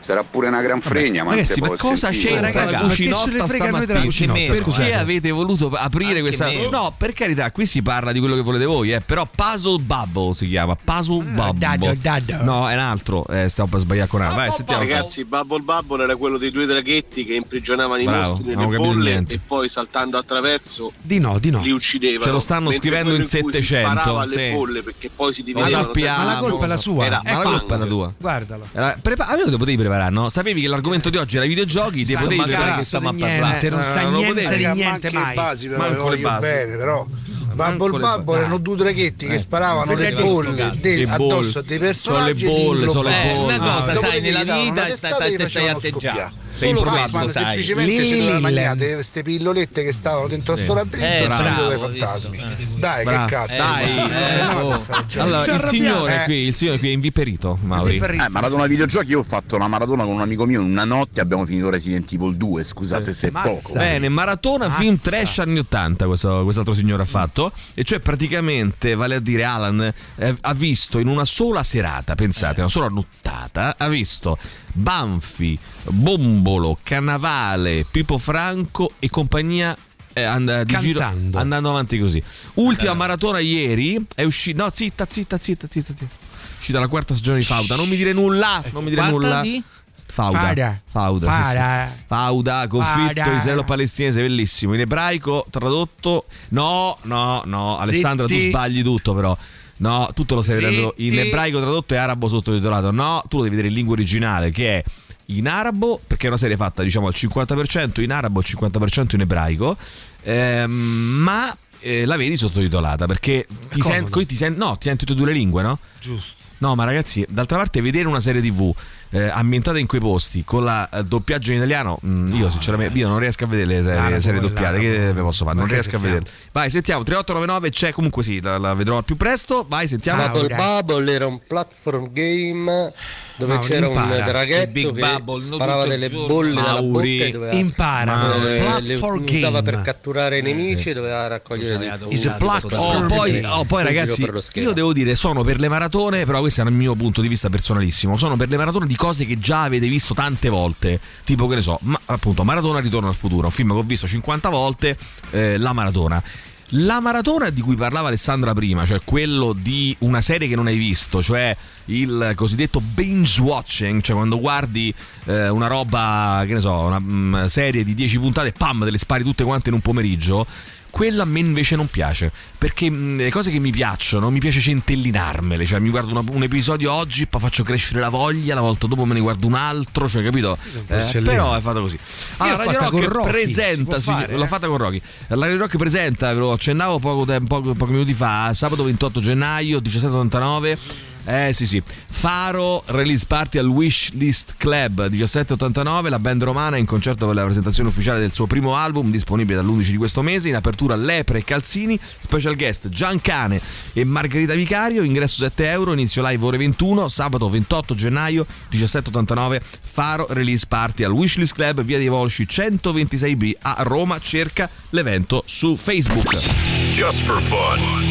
sarà pure una gran fregna. Ma, ragazzi, ma cosa sentire. c'entra la cucinotta stamattina? Perché avete voluto aprire anche questa me. No, per carità, qui si parla di quello che volete voi, eh, però Puzzle Bubble si chiama Puzzle Bubble. Dado, dado. No, è un altro, eh, stavo per sbagliare con Vai, sentiamo. Ragazzi, Bubble Bubble era quello dei due draghetti che imprigionavano i Bravo, mostri non ho nelle capito bolle niente. e poi saltando attraverso di no, di no. li uccidevano. Ce lo stanno Mentre scrivendo in quello cui si settecento, sparava alle sì. bolle perché poi si Lo dividevano. sappiamo. Ma la colpa è la sua. Era Ma la colpa è la tua. Guardalo. Era, prepa- avevo te potevi preparare, no? Sapevi che l'argomento di oggi era i videogiochi, ti Sa potevi ma preparare cazzo che stiamo a di parlare. niente, non sa Eh, lo niente potevi. di Manco niente le mai. basi, però, Manco le voglio basi. bene, però. Manco Bubble le Bubble basi. erano due draghetti che Eh. sparavano Non le avevano sto bolle cazzo. de- Le bolle. addosso a dei personaggi. Sono le bolle, sono le Eh, bolle. una cosa, Ah. sai, nella Dopodiché gli davano vita una stai, testata e te gli stai a facevano atteggiare. scoppiare. Sei Solo improbabile, questo, Ma sai. semplicemente Lilli ci doveva Lille. mangiare queste pillolette che stavano dentro Sì. sto labirinto Eh, e bravo, uscendo dai visto. fantasmi. Dai, Bravo. che cazzo. Dai, se no, eh, se no, oh. sta gente. Allora, Si il arrabbiava. signore Eh. qui, il signore qui è inviperito, Mauri. Eh, maratona videogiochi, io ho fatto una maratona con un amico mio in una notte, abbiamo finito Resident Evil due, scusate se è Mazza. poco. Bene, maratona Mazza. film trash anni ottanta questo quest'altro signore ha fatto, e cioè praticamente, vale a dire Alan, eh, ha visto in una sola serata, pensate, una sola nottata, ha visto Banfi, Bombolo, Cannavale, Pippo Franco e compagnia, eh, and- di giro, Cantando. andando avanti così. Ultima maratona ieri è uscita, no, zitta, zitta, zitta, zitta, zitta. È uscita la quarta stagione di Fauda, non mi dire nulla, non mi dire Quarta nulla. di? Fauda, Fauda. Fauda, sì, Fauda. sì. Fauda, conflitto Fauda. israelo-palestinese, bellissimo. In ebraico tradotto. No, no, no, Alessandra, Zitti. tu sbagli tutto, però. No, tutto lo stai vedendo in Zitti. ebraico tradotto e arabo sottotitolato. No, tu lo devi vedere in lingua originale, che è in arabo, perché è una serie fatta, diciamo, al cinquanta per cento in arabo e al cinquanta per cento in ebraico. Ehm, ma eh, la vedi sottotitolata, perché ti comodo. senti, ti sen- no, ti senti tutte e due le lingue, no? Giusto. No, ma ragazzi, d'altra parte vedere una serie tivù eh, ambientata in quei posti con la eh, doppiaggio in italiano, mh, io sinceramente io non riesco a vedere le serie, L'arabu, le serie doppiate, che l'arabu. ve posso fare? Non Ma che riesco a pensiamo? vederle. Vai, sentiamo, tre otto nove nove c'è, comunque sì, la, la vedrò al più presto. Vai, sentiamo. Bubble Bubble era un platform game dove Mauri, c'era impara. un Il draghetto Big che Bubble, non sparava tutto il delle giorno. bolle dalla Mauri. bocca e doveva Impara. eh, le Platform usava game. per catturare i nemici e doveva raccogliere dei Is a frutti platform Oh, poi, oh, poi in giro ragazzi, per lo schermo. io devo dire, sono per le maratone, però questo è il mio punto di vista personalissimo. Sono per le maratone di cose che già avete visto tante volte, tipo che ne so, ma, appunto, Maratona Ritorno al futuro, un film che ho visto cinquanta volte, eh, la maratona. La maratona di cui parlava Alessandra prima, cioè quello di una serie che non hai visto, cioè il cosiddetto binge watching, cioè quando guardi eh, una roba, che ne so, una mm, serie di dieci puntate e pam, te le spari tutte quante in un pomeriggio. Quella a me invece non piace, perché mh, le cose che mi piacciono mi piace centellinarmele, cioè mi guardo una, un episodio oggi, poi faccio crescere la voglia, la volta dopo me ne guardo un altro, cioè capito? Eh, però è fatto così. Allora, l'ho fatta Radio Rock con Rocky, presenta, si può sì, fare, l'ho eh? fatta con Rocky. La Radio Rock presenta, ve lo accennavo poco tempo, poco, pochi minuti fa, sabato ventotto gennaio, diciassette e ottantanove. Eh sì sì, Faro release party al Wish List Club, diciassette e ottantanove, la band romana in concerto per la presentazione ufficiale del suo primo album, disponibile dall'undici di questo mese. In apertura Lepre e Calzini, special guest Giancane e Margherita Vicario, ingresso sette euro, inizio live ore ventuno, sabato ventotto gennaio, diciassette e ottantanove, Faro release party al Wish List Club, via dei Volsci centoventisei B a Roma. Cerca l'evento su Facebook. Just for fun.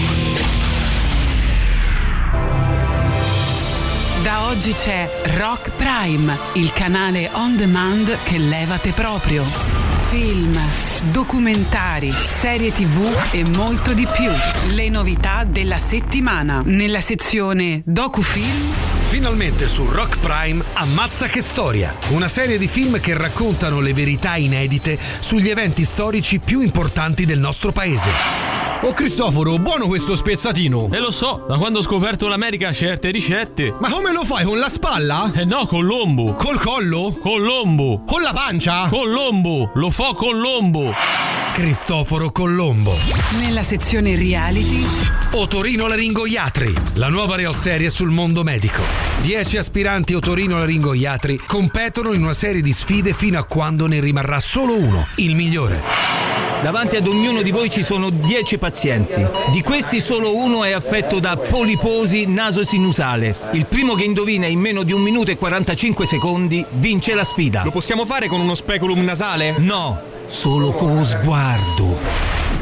Da oggi c'è Rock Prime, il canale on demand che levate proprio. Film, documentari, serie tivù e molto di più. Le novità della settimana nella sezione Docufilm. Finalmente su Rock Prime Ammazza che storia, una serie di film che raccontano le verità inedite sugli eventi storici più importanti del nostro paese. Oh Cristoforo, buono questo spezzatino! E lo so, da quando ho scoperto l'America certe ricette. Ma come lo fai, con la spalla? Eh no, con l'ombu. Col collo? Con l'ombu. Con la pancia? Con l'ombu, lo fo con l'ombu. Cristoforo Colombo. Nella sezione reality Otorinolaringoiatri, la nuova real serie sul mondo medico. Dieci aspiranti otorinolaringoiatri competono in una serie di sfide fino a quando ne rimarrà solo uno, il migliore. Davanti ad ognuno di voi ci sono dieci pazienti. Di questi solo uno è affetto da poliposi nasosinusale. Il primo che indovina in meno di un minuto e quarantacinque secondi vince la sfida. Lo possiamo fare con uno speculum nasale? No, solo con lo sguardo.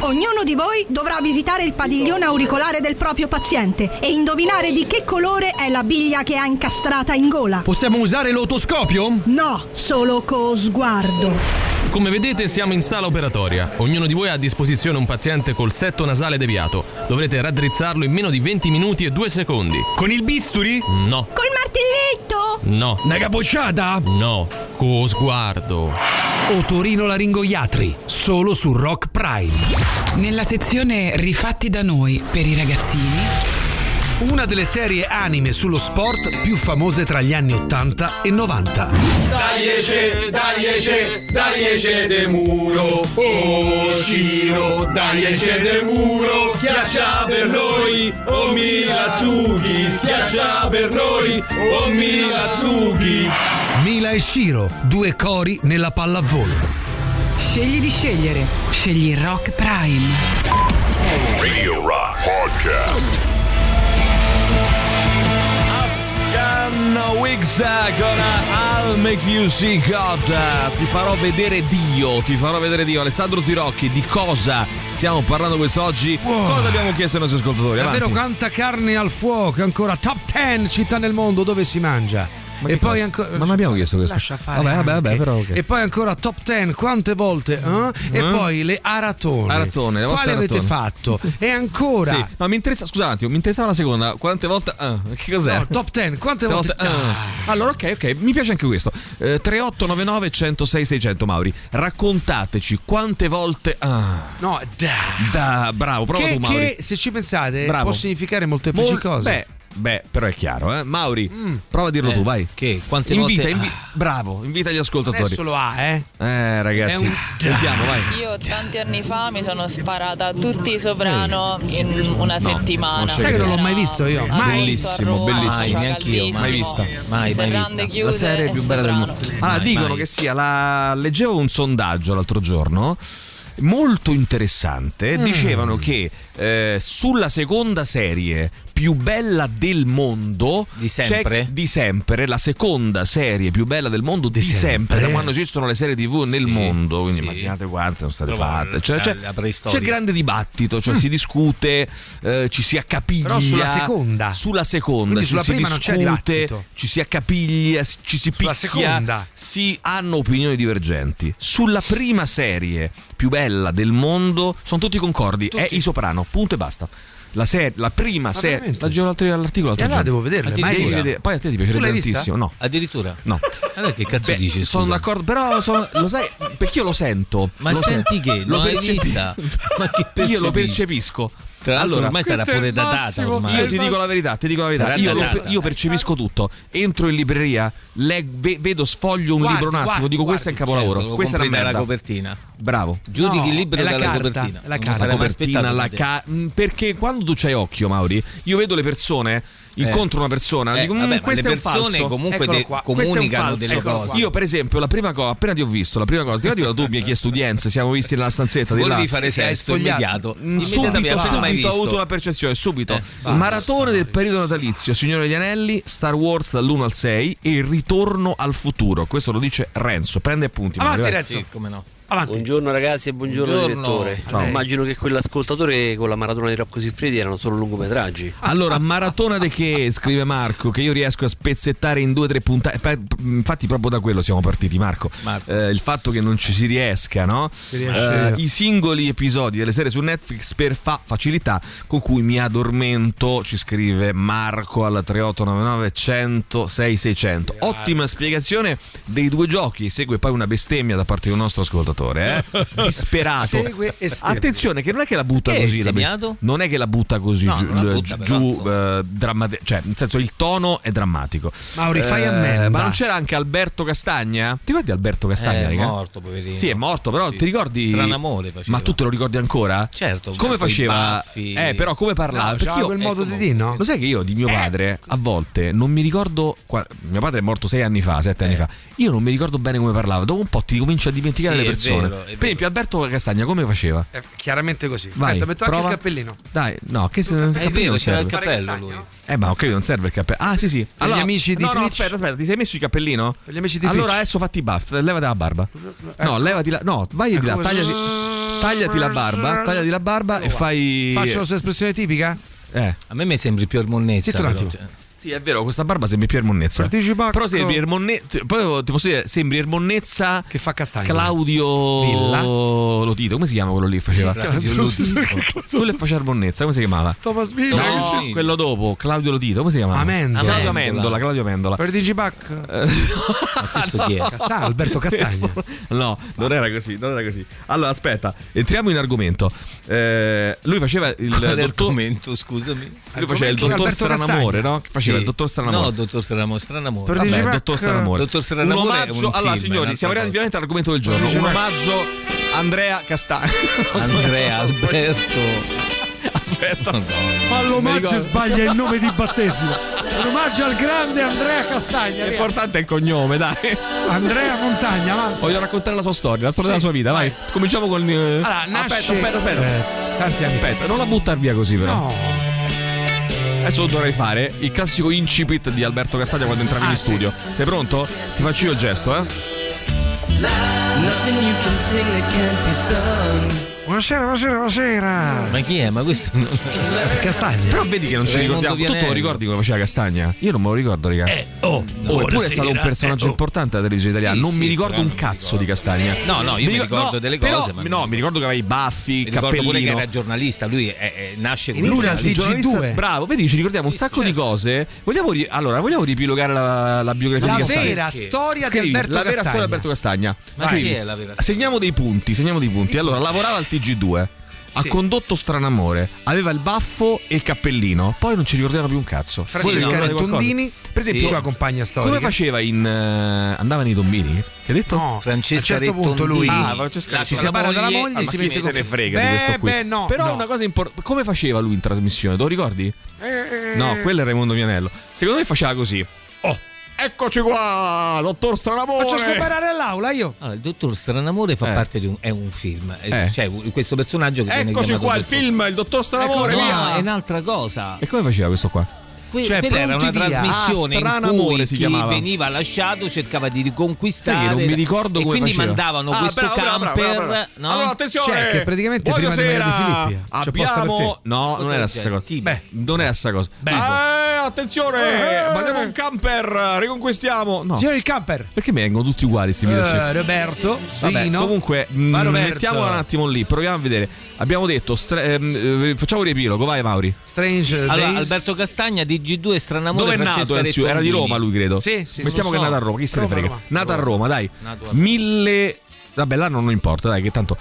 Ognuno di voi dovrà visitare il padiglione auricolare del proprio paziente e indovinare di che colore è la biglia che ha incastrata in gola. Possiamo usare l'otoscopio? No, solo co sguardo. Come vedete siamo in sala operatoria. Ognuno di voi ha a disposizione un paziente col setto nasale deviato. Dovrete raddrizzarlo in meno di venti minuti e due secondi. Con il bisturi? No. Col martelletto? No. Una capocciata? No. Co sguardo. Otorinolaringoiatri, solo su Rock Prime. Nella sezione Rifatti da noi per i ragazzini, una delle serie anime sullo sport più famose tra gli anni ottanta e novanta. Dagliece, dagliece, dagliece de muro, oh Ciro, dagliece de muro, schiaccia per noi, oh Milazuki, schiaccia per noi, oh Milazuki. Mila e Shiro, due cori nella pallavolo. Scegli di scegliere, scegli Rock Prime. Radio Rock Podcast. Wigs con I'll Make You See God. Ti farò vedere Dio, ti farò vedere Dio. Alessandro Tirocchi, di cosa stiamo parlando quest'oggi? Wow. Cosa abbiamo chiesto ai nostri ascoltatori? Avanti. Davvero quanta carne al fuoco, ancora top dieci città nel mondo dove si mangia. Ma e poi cosa? ancora Ma non abbiamo chiesto questo. Lascia fare. Vabbè, vabbè, vabbè, però okay. E poi ancora top dieci quante volte? Eh? Mm. E poi le aratone. Aratone, le quali aratone. avete fatto? E ancora? Sì. No, mi interessa, scusa un attimo, mi interessava la seconda. Quante volte? Uh, che cos'è? No, top dieci, quante volte? volte uh. Allora, ok, ok, mi piace anche questo. Eh, tre otto nove nove uno zero sei sei zero zero Mauri, raccontateci quante volte. Uh. No, da. Da, bravo, prova che, tu, Mauri. Che se ci pensate bravo. può significare molteplici Mol- cose. Beh, Beh, però è chiaro, eh? Mauri, mm. prova a dirlo eh, tu, vai. Che? Quante invita, volte? Invi- ah. Bravo, invita gli ascoltatori. Adesso lo ha, eh? Eh, ragazzi, un... sentiamo, vai. Io tanti anni fa mi sono sparata tutti i Soprano in una no, settimana. Sai che non l'ho mai visto io? Mai. Bellissimo, Roma, bellissimo. neanche io, mai vista. Mai, mai vista. Chiuse, la serie più bella del mondo. Allora, mai, dicono mai. che sia la leggevo un sondaggio l'altro giorno molto interessante. Mm. Dicevano che eh, sulla seconda serie più bella del mondo di sempre, di sempre la seconda serie più bella del mondo di, di sempre. sempre da quando esistono le serie tv nel sì, sì. mondo, quindi immaginate quante sono state Trovo fatte, cioè, c'è, c'è grande dibattito, cioè mm. si discute, eh, ci si accapiglia. Però sulla seconda sulla seconda quindi ci sulla si prima discute, non c'è dibattito, ci si accapiglia, ci si sulla picchia, seconda. si hanno opinioni divergenti. Sulla prima serie più bella del mondo sono tutti concordi, tutti. È I Soprano, punto e basta. La, ser- la prima serie, leggevo l'articolo. E allora devo vederla. Mai vedere. Poi a te ti piacerebbe tantissimo. No, addirittura. No. Allora che cazzo Beh, dici? Scusa? Sono d'accordo, però sono, lo sai perché io lo sento. Ma lo senti sento. che? Lo hai vista? Ma che percepisci? Io lo percepisco. Tra l'altro allora, ormai sarà pure datata ormai. Io ti dico la verità, ti dico la verità. Io, lo, io percepisco tutto. Entro in libreria, leg, vedo, sfoglio un guardi, libro un attimo, guardi, dico guardi, questo è un capolavoro. Certo, questa è una merda. La copertina. Bravo. Giudichi no, il libro dalla carta, copertina. La carta, la copertina, la ca- perché quando tu c'hai occhio, Mauri, io vedo le persone. Incontro eh. una persona, eh, dico, vabbè, questo le è un falso. persone comunque de- comunicano delle cose. Io, per esempio, la prima cosa, appena ti ho visto, la prima cosa, ti ricordi tu mi hai chiesto udienze, siamo visti nella stanzetta di là. Volevi fare sesso immediato. Subito, subito ho avuto una percezione, subito. Eh, Maratone del periodo natalizio, Signore degli Anelli, Star Wars dall'uno al sei e il ritorno al futuro. Questo lo dice Renzo. Prende appunti. Avanti, Renzo. Sì, come no. Avanti. Buongiorno ragazzi e buongiorno, buongiorno. direttore. Ciao. Immagino che quell'ascoltatore con la maratona di Rocco Siffredi erano solo lungometraggi. Allora, maratona di che? Scrive Marco, che io riesco a spezzettare in due o tre puntate. Infatti proprio da quello siamo partiti, Marco, Marco. Eh, il fatto che non ci si riesca, no? Si riesce. Eh, I singoli episodi delle serie su Netflix per fa- facilità con cui mi addormento, ci scrive Marco al tre otto nove nove cento sei seicento. Ottima spiegazione dei due giochi. Segue poi una bestemmia da parte di un nostro ascoltatore. Eh? Disperato. Attenzione, che non è che la butta che così, la best- non è che la butta così no, giù, butta, giù eh, drammati- cioè nel senso il tono è drammatico. Mauri, eh, fai ammenda. Ma non c'era anche Alberto Castagna? Ti ricordi Alberto Castagna? È morto, poverino. Sì, è morto, però sì. ti ricordi? Stranamore faceva. Ma tu te lo ricordi ancora? Certo. Come faceva? Baffi. Eh, però come parlava? No, perché io quel modo eh, di dire, no? Lo sai che io di mio padre a volte non mi ricordo. Qua, mio padre è morto sei anni fa, sette eh. anni fa. Io non mi ricordo bene come parlava. Dopo un po' ti cominci a dimenticare sì, le persone. È vero, è per esempio, Alberto Castagna come faceva? È chiaramente così. Aspetta, Vai, metto prova. anche il cappellino. Dai, no, che se è vero, c'era il cappello lui. Eh, ma ok, non serve il cappello. Ah, sì, sì. Allora, gli amici di no, Twitch. no, aspetta, aspetta, ti sei messo il cappellino? Per gli amici di allora Twitch. adesso fatti i buff, levati la barba. Eh. No, levati la. No, vai di là, tagliati. tagliati la barba, tagliati la barba e fai. Faccio la sua espressione tipica? Eh. A me mi sembri più Monnezza. Zitto un attimo. Sì, è vero, questa barba sembri Pier Monnezza. Però sembri Ermonnezza. Poi ti posso dire, sembri Ermonnezza che fa castagna. Claudio Villa. Lotito. Come si chiama quello lì? Faceva Claudio Lotito. Quello che faceva Ermonnezza, come si chiamava? Thomas Villa. No, sì. quello dopo, Claudio Lotito, come si chiamava? Amendola. Claudio Amendola, Claudio Amendola. Per Digibac. Eh, Ma questo chi è? Castagna, Alberto Castagna. No, non era così, non era così. Allora, aspetta, entriamo in argomento. Eh, lui faceva il dottor... argomento, scusami. Lui faceva il dottor Alberto Stranamore, no? Che faceva Sì. il dottor Stranamore. No, dottor Stranamore, Stranamore. Vabbè, il dottor Stranamore. Dottor Stranamore un è omaggio. un Allora, film, signori, è siamo arrivati un'altra ovviamente all'argomento del giorno. Un omaggio Andrea Castagna. Andrea Alberto. Aspetta. Fa Mi l'omaggio ricordo. e sbaglia il nome di battesimo. Un omaggio al grande Andrea Castagna. L'importante è il cognome, dai. Andrea Montagna, avanti. Voglio raccontare la sua storia, la storia Sì, della sua vita, vai. vai. Cominciamo con il. Allora, nasce aspetta, aspetta, aspetta. eh, tanti anni. Aspetta, non la buttar via così, però. No. Adesso dovrei fare il classico incipit di Alberto Castagna quando entravi Ah, in sì. studio. Sei pronto? Ti faccio io il gesto, eh? Buonasera, buonasera, buonasera. Ma chi è? Ma questo non... Castagna. Però vedi che non ci Raimondo ricordiamo. Tu te lo Vianello. ricordi come faceva Castagna? Io non me lo ricordo, raga. Eh, oh, Oh, eppure è stato un buonasera, personaggio eh, oh. importante della televisione italiana. Sì, non sì, mi ricordo però un non mi cazzo di Castagna. No, no, io mi ricor- ricordo no, delle però- cose, ma no, mi ricordo che aveva i baffi, il Mi ricordo pure che cappellino. era giornalista, lui è, è- nasce con Inizia lui al nasce- T G giornalista- due. Bravo, vedi, ci ricordiamo un sacco di cose. Vogliamo ri- allora, vogliamo riepilogare la, la biografia La di Castagna? vera Perché? storia di Scrivi, Alberto la vera Castagna. storia di Alberto Castagna. Ma Scrivi. chi è la vera storia? Segniamo dei punti, segniamo dei punti. Allora, lavorava al T G due. Ha Sì. condotto Stranamore, aveva il baffo e il cappellino, poi non ci ricordiamo più un cazzo. Francesca Voi vi ricordate Tondini, qualcosa? Per esempio, sua compagna storica. come faceva in eh, andava nei Tombini? Che hai detto? No, Francesca a un certo punto lui Rettondini. Ah, Francesca Lascia si la separa dalla moglie, moglie Ah, e ma si chi mette se con... ne frega beh, di questo qui. Beh, no, Però no. una cosa importante, come faceva lui in trasmissione? Te lo ricordi? Eh, No, quello è Raimondo Vianello. Secondo me faceva così. Oh, eccoci qua, dottor Stranamore. Faccio scomparare all'aula io. Allora, il dottor Stranamore fa Eh. parte di un, è un film, Eh. cioè questo personaggio che viene Eccoci chiamato qua il dottor- film, il dottor Stranamore, No, via. è un'altra cosa. E come faceva questo qua? Que- Cioè, quella era una pronti via. trasmissione Ah, in Stranamore cui si chi chiamava. veniva lasciato cercava di riconquistare. Sai che non mi ricordo e come quindi faceva. mandavano Ah, questo bravo, bravo, camper. bravo, bravo. No? Allora attenzione, Cioè, che praticamente prima di buonasera, Maria De Filippi, c'è posto per abbiamo te. no, non Cosa è la c'è? stessa cosa. Tipo. Beh, non è la stessa cosa. Beh. Eh, attenzione, Eh. mandiamo un camper, riconquistiamo. No. Signore il camper. Perché mi vengono tutti uguali questi imitazioni? Eh, Roberto, Vabbè, Zino. comunque mh, Va, Roberto. mettiamola un attimo lì, proviamo a vedere. Abbiamo detto stra- ehm, eh, facciamo un riepilogo, vai Mauri. Strange Allora, Days. Alberto Castagna di G due Stranamore. Dove è Francesca nato? Anzitutto? Era di Rettondini. Roma lui, credo. Sì, sì, Mettiamo lo che è so. nato a Roma, chi se ne Roma, frega. Roma. Nato a Roma, dai. Nato a Roma. Mille Vabbè, l'anno non importa, dai, che tanto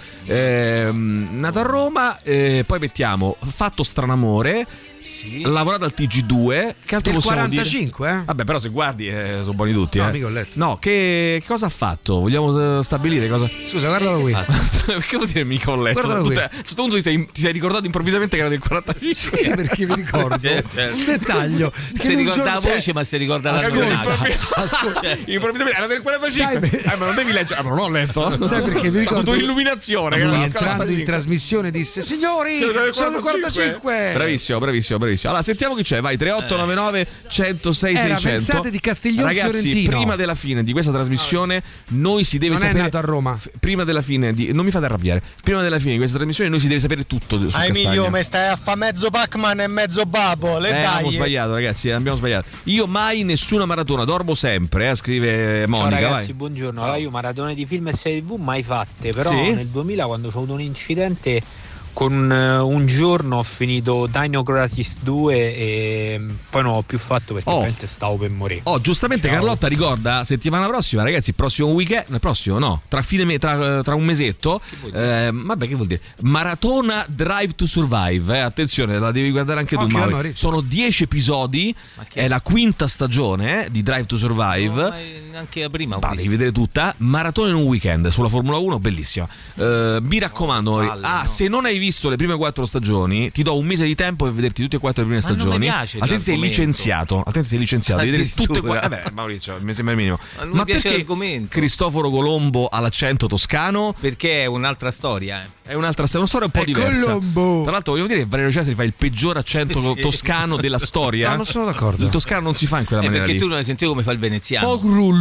ehm, nato a Roma, eh, poi mettiamo fatto Stranamore, Sì. lavorato al T G due, che altro Del possiamo quarantacinque, dire? eh? Vabbè, però se guardi eh, sono buoni tutti, No, eh. mica ho letto. No, che, che cosa ha fatto? Vogliamo eh, stabilire cosa? Scusa, guardalo qui. Perché vuol dire mica ho letto? Guardalo Tu qui. te- a un certo punto ti sei, ti sei ricordato improvvisamente che era del quarantacinque. Sì, perché mi ricordo Sì, certo. un dettaglio che Si nel ricorda giorno- la voce, ma si ricorda la Ascolta, spionata. ascolta. Cioè, Improvvisamente era del quarantacinque. Sai per- Eh, ma non devi leggere. Eh, ma non ho letto. Sai perché mi Ho ricordo avuto un'illuminazione. che lui era del entrando in quarantacinque. trasmissione disse signori Sono del sono del quarantacinque. Bravissimo, bravissimo, bravissimo. Allora, sentiamo chi c'è. Vai, tre otto nove nove uno zero sei Era, seicento. pensate, di Castiglione Ragazzi, Fiorentino. prima della fine di questa trasmissione, noi si deve Non è sapere. nato a Roma. F- Prima della fine di. Non mi fate arrabbiare. Prima della fine di questa trasmissione, noi si deve sapere tutto su Ah, Emilio, Castagna. mi stai a fa mezzo Pac-Man e mezzo Babo. Le Eh, dai. abbiamo sbagliato, ragazzi. eh, Abbiamo sbagliato. Io mai nessuna maratona, dormo sempre. Eh, scrive Monica. Ciao ragazzi, vai. buongiorno. Allora, io maratone di film e serie tv mai fatte, però Sì? nel duemila, quando ho avuto un incidente, con eh, un giorno ho finito Dino Crisis due e poi non ho più fatto perché Oh. veramente stavo per morire. Oh, giustamente Ciao. Carlotta ricorda settimana prossima, ragazzi, il prossimo weekend, il prossimo no, tra fine me- tra, tra un mesetto, eh, vabbè, che vuol dire? Maratona Drive to Survive, eh, attenzione, la devi guardare anche tu, Occhio, Mauri. Maurizio. Sono dieci episodi, che è la quinta stagione eh, di Drive to Survive. No, ma neanche la prima. ho Ma visto. devi vedere tutta. Maratona in un weekend sulla Formula uno, bellissima. Eh, mi raccomando, Mauri. palle, ah, no. se non hai visto le prime quattro stagioni, ti do un mese di tempo per vederti tutte e quattro le prime Ma non mi stagioni. piace Altrimenti sei l'argomento. licenziato. Altrimenti sei licenziato. Devi vedere tutte e Addirittura. quattro. Vabbè, Maurizio, mi sembra il minimo. Ma non mi piace perché l'argomento. Cristoforo Colombo ha l'accento toscano? Perché è un'altra storia. eh. È un'altra storia, una storia un po' È diversa. Colombo. Tra l'altro, voglio dire che Valerio Cesari fa il peggior accento Sì. toscano della storia. No, non sono d'accordo. Il toscano non si fa in quella È maniera perché lì. tu non hai sentito come fa il veneziano. Pogrul.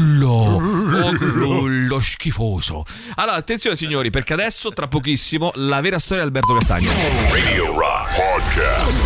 Grullo, oh Grullo schifoso. Allora, attenzione signori, perché adesso tra pochissimo la vera storia di Alberto Castagna. Radio Rock Podcast.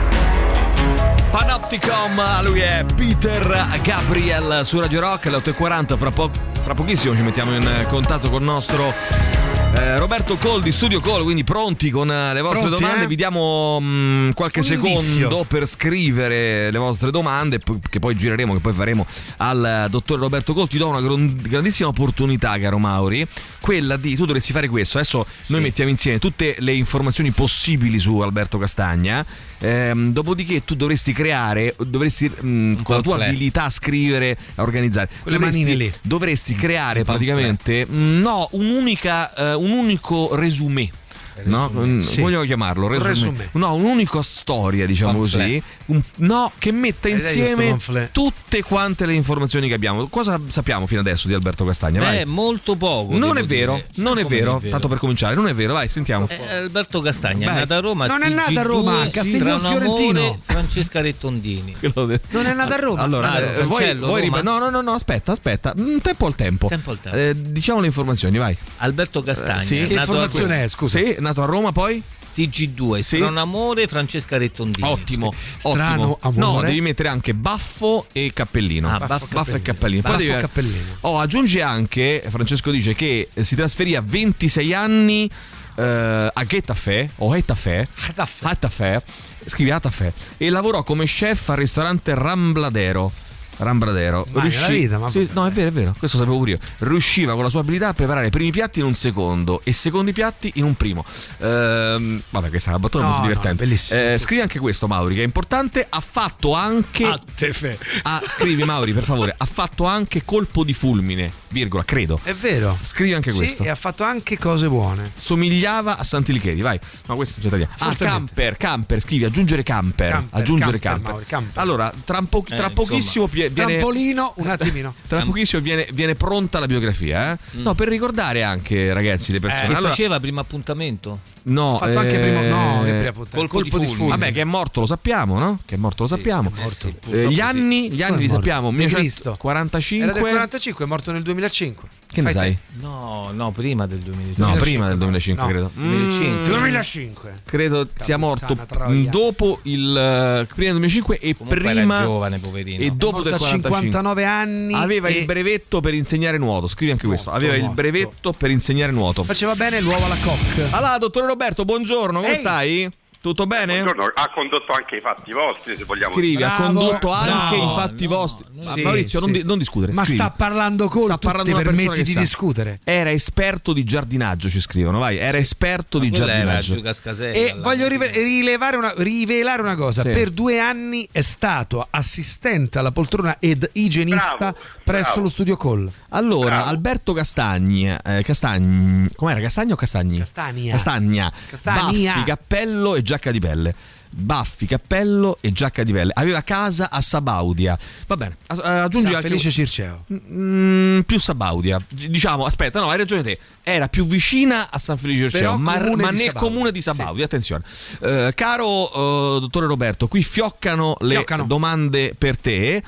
Panopticon, lui è Peter Gabriel su Radio Rock, alle otto e quaranta, fra, po- fra pochissimo ci mettiamo in contatto con il nostro eh, Roberto Cole di Studio Cole, quindi pronti con le vostre Pronti, domande, eh? vi diamo mh, qualche Un secondo indizio. per scrivere le vostre domande p- che poi gireremo, che poi faremo al dottor Roberto Cole. Ti do una gran- grandissima opportunità, caro Mauri, quella di, tu dovresti fare questo, adesso noi mettiamo insieme tutte le informazioni possibili su Alberto Castagna, ehm, dopodiché tu dovresti creare, dovresti mh, con la tua abilità a scrivere, a organizzare, Quelle dovresti, manine lì. dovresti creare praticamente mh, no, un'unica eh, un unico resumé. No, Resumé, sì. voglio chiamarlo resumé. Resumé. No, un'unica storia, diciamo Pamphlet. così, un, no, che metta Hai detto insieme pamphlet. tutte quante le informazioni che abbiamo. Cosa sappiamo fino adesso di Alberto Castagna? Beh, Vai. molto poco. Non devo è vero, dire. non è Come vero, non è vero? tanto per cominciare, non è vero, vai, sentiamo. Eh, Alberto Castagna Vai. è nato a Roma. Non è nato a T G due, Roma, a Castiglion tra un amore, Fiorentino. Francesca Rettondini. Non è nato a Roma. Allora, Ah, eh, vuoi, cancello, vuoi Roma? rip- no, no, no, no, aspetta, aspetta, Mm, tempo al tempo. Tempo al tempo. Eh, diciamo le informazioni, vai. Alberto Castagna. Eh, sì. è Che nato informazione a è, scusa? Sì, nato a Roma, poi? T G due, Sì. tra un amore, Francesca Rettondini. Ottimo, Strano ottimo. amore. No, devi mettere anche baffo e cappellino. Ah, baffo, baffo, baffo e cappellino. Poi Baffo devi- e cappellino. Oh, aggiunge anche, Francesco dice che si trasferì a ventisei anni eh, a Getafe o Getafe, Getafe. Getafe, scrivi Getafe, e lavorò come chef al ristorante Rambladero. Rambradero. Mai nella vita, ma sì, no, è vero, è vero, questo sapevo pure io. Riusciva con la sua abilità a preparare i primi piatti in un secondo e i secondi piatti in un primo. Ehm, vabbè, questa è una battuta No, molto no, divertente. bellissimo. Eh, scrivi anche questo, Mauri, che è importante. Ha fatto anche. A te fe. Ah, scrivi, Mauri, per favore. Ha fatto anche colpo di fulmine, virgola, credo. È vero. Scrivi anche Sì, questo. e ha fatto anche cose buone. Somigliava a Sant'Ilicheri, vai. No, questo c'è da dire. Ah, Fortemente. camper, camper, scrivi, aggiungere camper. Camper, aggiungere camper, camper. Mauri, camper. Allora, tra, un po- Eh, tra pochissimo pie- viene. Trampolino, un attimino. Tra pochissimo viene, viene pronta la biografia, eh? Mm. No, per ricordare anche, ragazzi, le persone. Che Allora, faceva primo appuntamento? no, Ha fatto anche primo. No, che eh, prima puttana. colpo di fulmine. Vabbè, che è morto lo sappiamo, no? Che è morto lo sappiamo. è morto. Eh, gli anni, gli anni Come li è morto? sappiamo. De Cristo. millenovecentoquarantacinque. Era del quarantacinque, è morto nel duemilacinque. Che ne Fai sai? te. No, no, prima del duemilacinque. No, prima del duemilacinque, No. credo. duemilacinque. duemilacinque. Credo sia morto puttana troia. dopo il eh, prima del duemilacinque e Comunque prima era giovane, poverino. e dopo Morto del a quarantacinque. cinquantanove anni. Aveva e il brevetto per insegnare nuoto, scrivi anche questo. Morto, Aveva il morto. brevetto per insegnare nuoto. faceva bene l'uovo alla coque. Allora, dottore Roberto, buongiorno, come Ehi. stai? Tutto bene? Buongiorno, ha condotto anche i fatti vostri, se vogliamo Scrivi, dire. ha Bravo, condotto anche bravo. i fatti No, vostri. no. Ma Sì, Maurizio, non, sì. di- non discutere. Ma scrivi. sta parlando con Sta tu, parlando ti una persona permetti che di sa. discutere. Era esperto di giardinaggio, ci scrivono, vai. Era esperto di Quella era giardinaggio. Giù Cascasella. E la- voglio rive- rilevare una, rivelare una cosa: Sì. per due anni è stato assistente alla poltrona ed igienista Bravo, presso bravo. lo studio Call. Allora, Bravo. Alberto Castagni, eh, Castagni, com'era? Castagno o Castagni? Castagna. Castagna. Castagna. Baffi, cappello e giacca di pelle. Baffi, cappello e giacca di pelle. Aveva casa a Sabaudia. Va bene, a- a- aggiungi San anche Felice Circeo. Mm, più Sabaudia. G- Diciamo, aspetta, no, hai ragione te. Era più vicina a San Felice Circeo, Però ma, comune ma di nel Sabaudia. comune di Sabaudia. Attenzione, Eh, caro eh, dottore Roberto, qui fioccano le Fioccano. domande per te.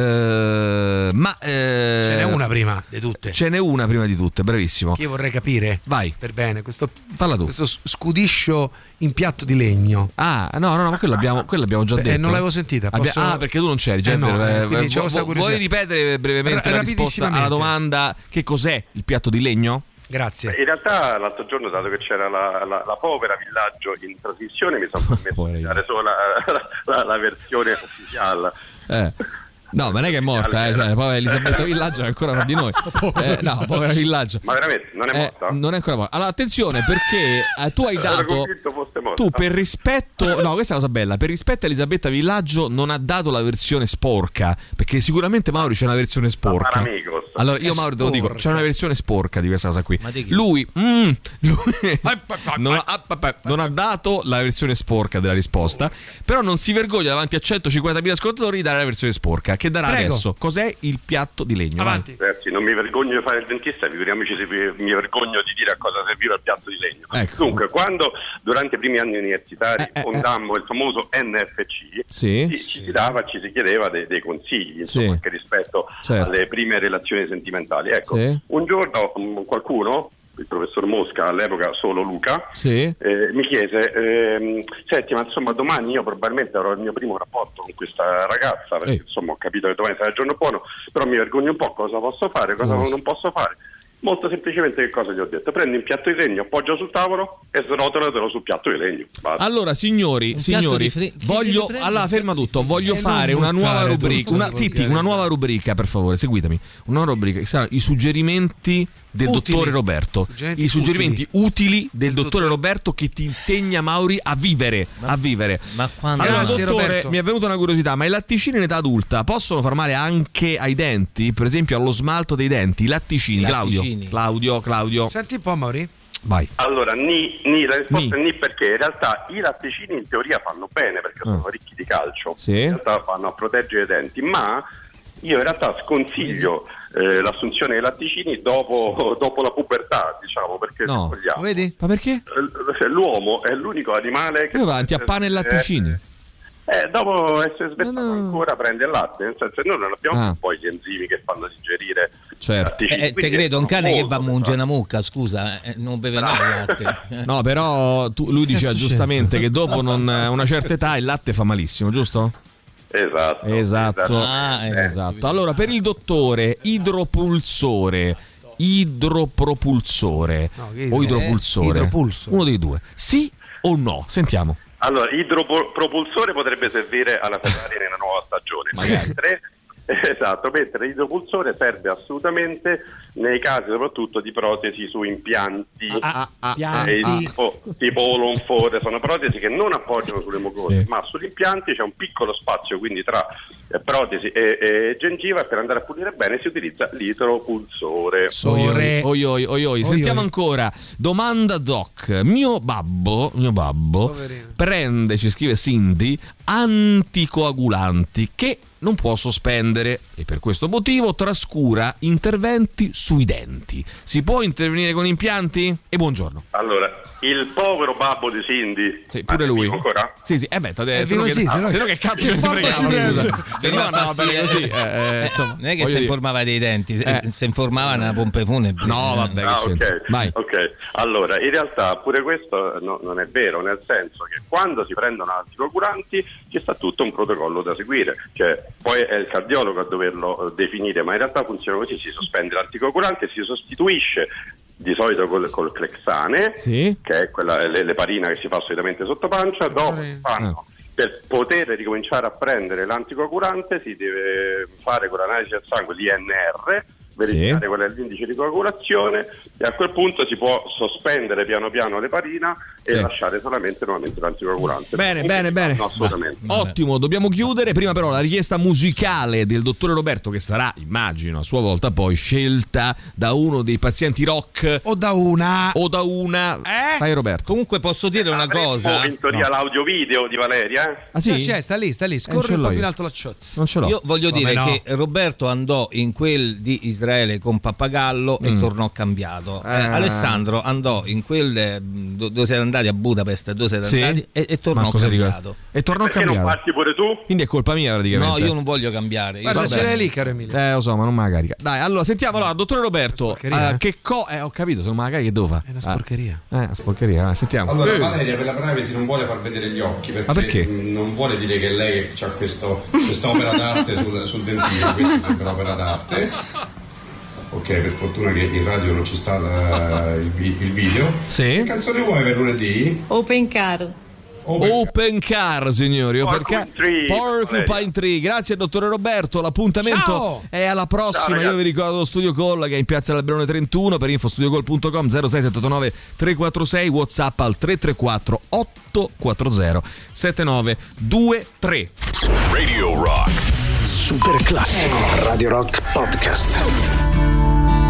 eh, ma eh, Ce n'è una prima di tutte. Ce n'è una prima di tutte, bravissimo. Che io vorrei capire. Vai. Per bene, questo, Falla tu. questo scudiscio in piatto di legno. Ah, no, no, no, ma quello abbiamo, quello abbiamo già Beh, detto. non l'avevo sentita. Abbia- Posso- Ah, perché tu non c'eri, già Eh è no, vero, eh, eh, quindi vu- c'ho questa vu- curiosità. Vuoi ripetere brevemente Ra- la risposta alla rapidissimamente. domanda che cos'è il piatto di legno? Grazie. In realtà l'altro giorno, dato che c'era la, la, la povera villaggio in trasmissione, mi sono permesso di dare solo la, la, la versione ufficiale. Eh. No, ma non è che è morta, eh, cioè, povera Elisabetta Villaggio è ancora fra di noi. Eh, no, povera Villaggio. Ma veramente, non è Eh, morta? non è ancora morta. Allora, attenzione, perché eh, tu hai Ero dato. convinto fosse morta. Tu per rispetto. No, questa è una cosa bella. Per rispetto a Elisabetta Villaggio non ha dato la versione sporca. Perché sicuramente Mauri c'è una versione sporca. Paramigos. Allora, io È Mauri te lo dico, sporca. c'è una versione sporca di questa cosa qui. Ma di chi? Lui, mm, lui non, ha, non ha dato la versione sporca della risposta. Però non si vergogna davanti a centocinquantamila ascoltatori di dare la versione sporca. Che che darà Prego. adesso. Cos'è il piatto di legno? Avanti. Ragazzi, non mi vergogno di fare il dentista, figuriamoci se mi vergogno di dire a cosa serviva il piatto di legno. Ecco. Dunque, quando durante i primi anni universitari Eh, eh, fondammo il famoso N F C, Sì. ci, ci si dava, ci si chiedeva dei, dei consigli, insomma, Sì. anche rispetto Certo. alle prime relazioni sentimentali. Ecco, Sì. un giorno mh, qualcuno, il professor Mosca, all'epoca solo Luca, Sì. eh, mi chiese, ehm, senti, ma insomma domani io probabilmente avrò il mio primo rapporto con questa ragazza, perché Ehi. insomma ho capito che domani sarà il giorno buono, però mi vergogno un po' cosa posso fare, cosa Cosa? non posso fare. Molto semplicemente che cosa gli ho detto? Prendi un piatto di legno, appoggia sul tavolo e srotolatelo sul piatto di legno. Basta. Allora, signori, Un signori, piatto di fri- voglio. che Allora, ferma tutto. Voglio E fare non una nuova buttare rubrica. tutto, Una, non zitti, buttare una nuova rubrica, per favore, seguitemi. Una nuova rubrica che saranno i suggerimenti del Utili. dottore Roberto. Suggerimenti I suggerimenti utili, del dottore Roberto che ti insegna, Mauri, a vivere. a vivere. Ma quando Allora, Grazie, dottore, Roberto. mi è venuta una curiosità, ma i latticini in età adulta possono far male anche ai denti? Per esempio allo smalto dei denti, i latticini, Claudio. Latticini. Claudio, Claudio. Senti un po', Mauri. Vai. Allora, ni, ni, la risposta è ni perché in realtà i latticini in teoria fanno bene perché sono Ah. ricchi di calcio, Sì. in realtà vanno a proteggere i denti, ma io in realtà sconsiglio eh, l'assunzione dei latticini dopo, dopo la pubertà, diciamo, perché No. se vogliamo, Vedi? Ma perché? eh, l'uomo è l'unico animale che Io avanti a pane e latticini. Eh, dopo essere svettato ancora prende il latte, nel senso che noi non abbiamo Ah. più poi gli enzimi che fanno digerire Certo. i latticini, Eh, te quindi credo, un sono cane che molto va a mungere una mucca, scusa, eh, non beve mai il latte. No, però tu- lui diceva succede? giustamente che dopo non- una certa età il latte fa malissimo, giusto? Esatto. Esatto. Ah, eh. Esatto. Allora, per il dottore, idropulsore, idropropulsore No, che o idro- idropulsore, eh, idropulso. uno dei due, sì o no? Sentiamo. Allora, idropropulsore potrebbe servire alla Ferrari nella nuova stagione, mentre, esatto, mentre l'idropulsore serve assolutamente nei casi soprattutto di protesi su impianti, Ah, ah, eh, ah. tipo, tipo Olonfore, sono protesi che non appoggiano sulle mucose, Sì. ma sugli impianti c'è un piccolo spazio, quindi tra eh, protesi e, e gengiva, e per andare a pulire bene si utilizza l'idropulsore. Sore. Oi, oi, oi, oi. Sentiamo oi. ancora. Domanda doc. Mio babbo, mio babbo Poverino. prende, ci scrive Cindy, anticoagulanti che non può sospendere e per questo motivo trascura interventi sui denti. Si può intervenire con impianti? E buongiorno. Allora, il povero babbo di Cindy, Sì, pure ah, lui. vivo ancora? Sì, sì, eh beh, È se no vivo che, sì, se no- se no che cazzo che ce ne fampa freghiamo, ci scusa. prende? Se no, no, va bene così. eh, eh, Eh, insomma, non è che voglio si dire- informava dei denti, se- Eh. si informava nella pompe funebri. No, vabbè, che Ah, c'entra. ok, Vai. ok. Allora, in realtà pure questo no- non è vero, nel senso che quando si prendono anticoagulanti ci sta tutto un protocollo da seguire, cioè poi è il cardiologo a doverlo eh, definire, ma in realtà funziona così: si sospende l'anticoagulante, si sostituisce di solito col, col Clexane, Sì. che è quella le- l'eparina che si fa solitamente sotto pancia, dopo si fanno. Per poter ricominciare a prendere l'anticoagulante si deve fare con l'analisi del sangue l'I N R, verificare Sì. qual è l'indice di coagulazione e a quel punto si può sospendere piano piano l'eparina e Sì. lasciare solamente nuovamente l'anticoagulante. Bene, Comunque bene, si bene. fanno assolutamente. Ottimo, dobbiamo chiudere. Prima però la richiesta musicale del dottore Roberto, che sarà, immagino, a sua volta poi scelta da uno dei pazienti rock O da una. o da una. Eh? Sai Roberto? Comunque posso dire una Avremmo cosa? in teoria No. l'audio video di Valeria, eh? Ah sì? No, c'è, sta lì, sta lì. ce Scorri un l'ho po' io. più in alto la ciozza. Non ce l'ho. Io voglio Come dire no? che Roberto andò in quel di Israele con Pappagallo e Mm. tornò cambiato. Eh, Ah. Alessandro andò in quel eh, do- dove siete andati a Budapest, dove siete Sì? andati e, e tornò Ma cosa dico? cambiato. E tornò Perché non cambiato. parti pure tu? Quindi è colpa mia praticamente. No, io non voglio cambiare. Io Guarda, sto ce l'hai bene. lì, caro Emilio. Eh, lo so, ma non me la carica. Dai, allora sentiamo, allora, dottore Roberto. sporcheria, eh, eh? che co. Eh, ho capito, se non me la carica, che devo fare? È una sporcheria. Eh, una sporcheria, eh, sentiamo. Allora, Eh. Valeria per la privacy non vuole far vedere gli occhi perché, Ma perché? mh, non vuole dire che lei ha questa opera d'arte sul, sul dentino. Questa sembra opera d'arte. Ok, per fortuna che in radio non ci sta la- il, vi- il video. Sì. Che canzone vuoi per lunedì? Open car. Open car, signori. Open car. Tree. Porcupine Tree. Grazie, dottore Roberto. L'appuntamento Ciao. è alla prossima. Ciao, Io vi ricordo lo Studio Call che è in piazza dell'Alberone trentuno. Per info studiocall punto com zero sei sette otto nove tre quattro sei, WhatsApp al tre tre quattro otto quattro zero sette nove due tre. Radio Rock. Super classico. Radio Rock Podcast.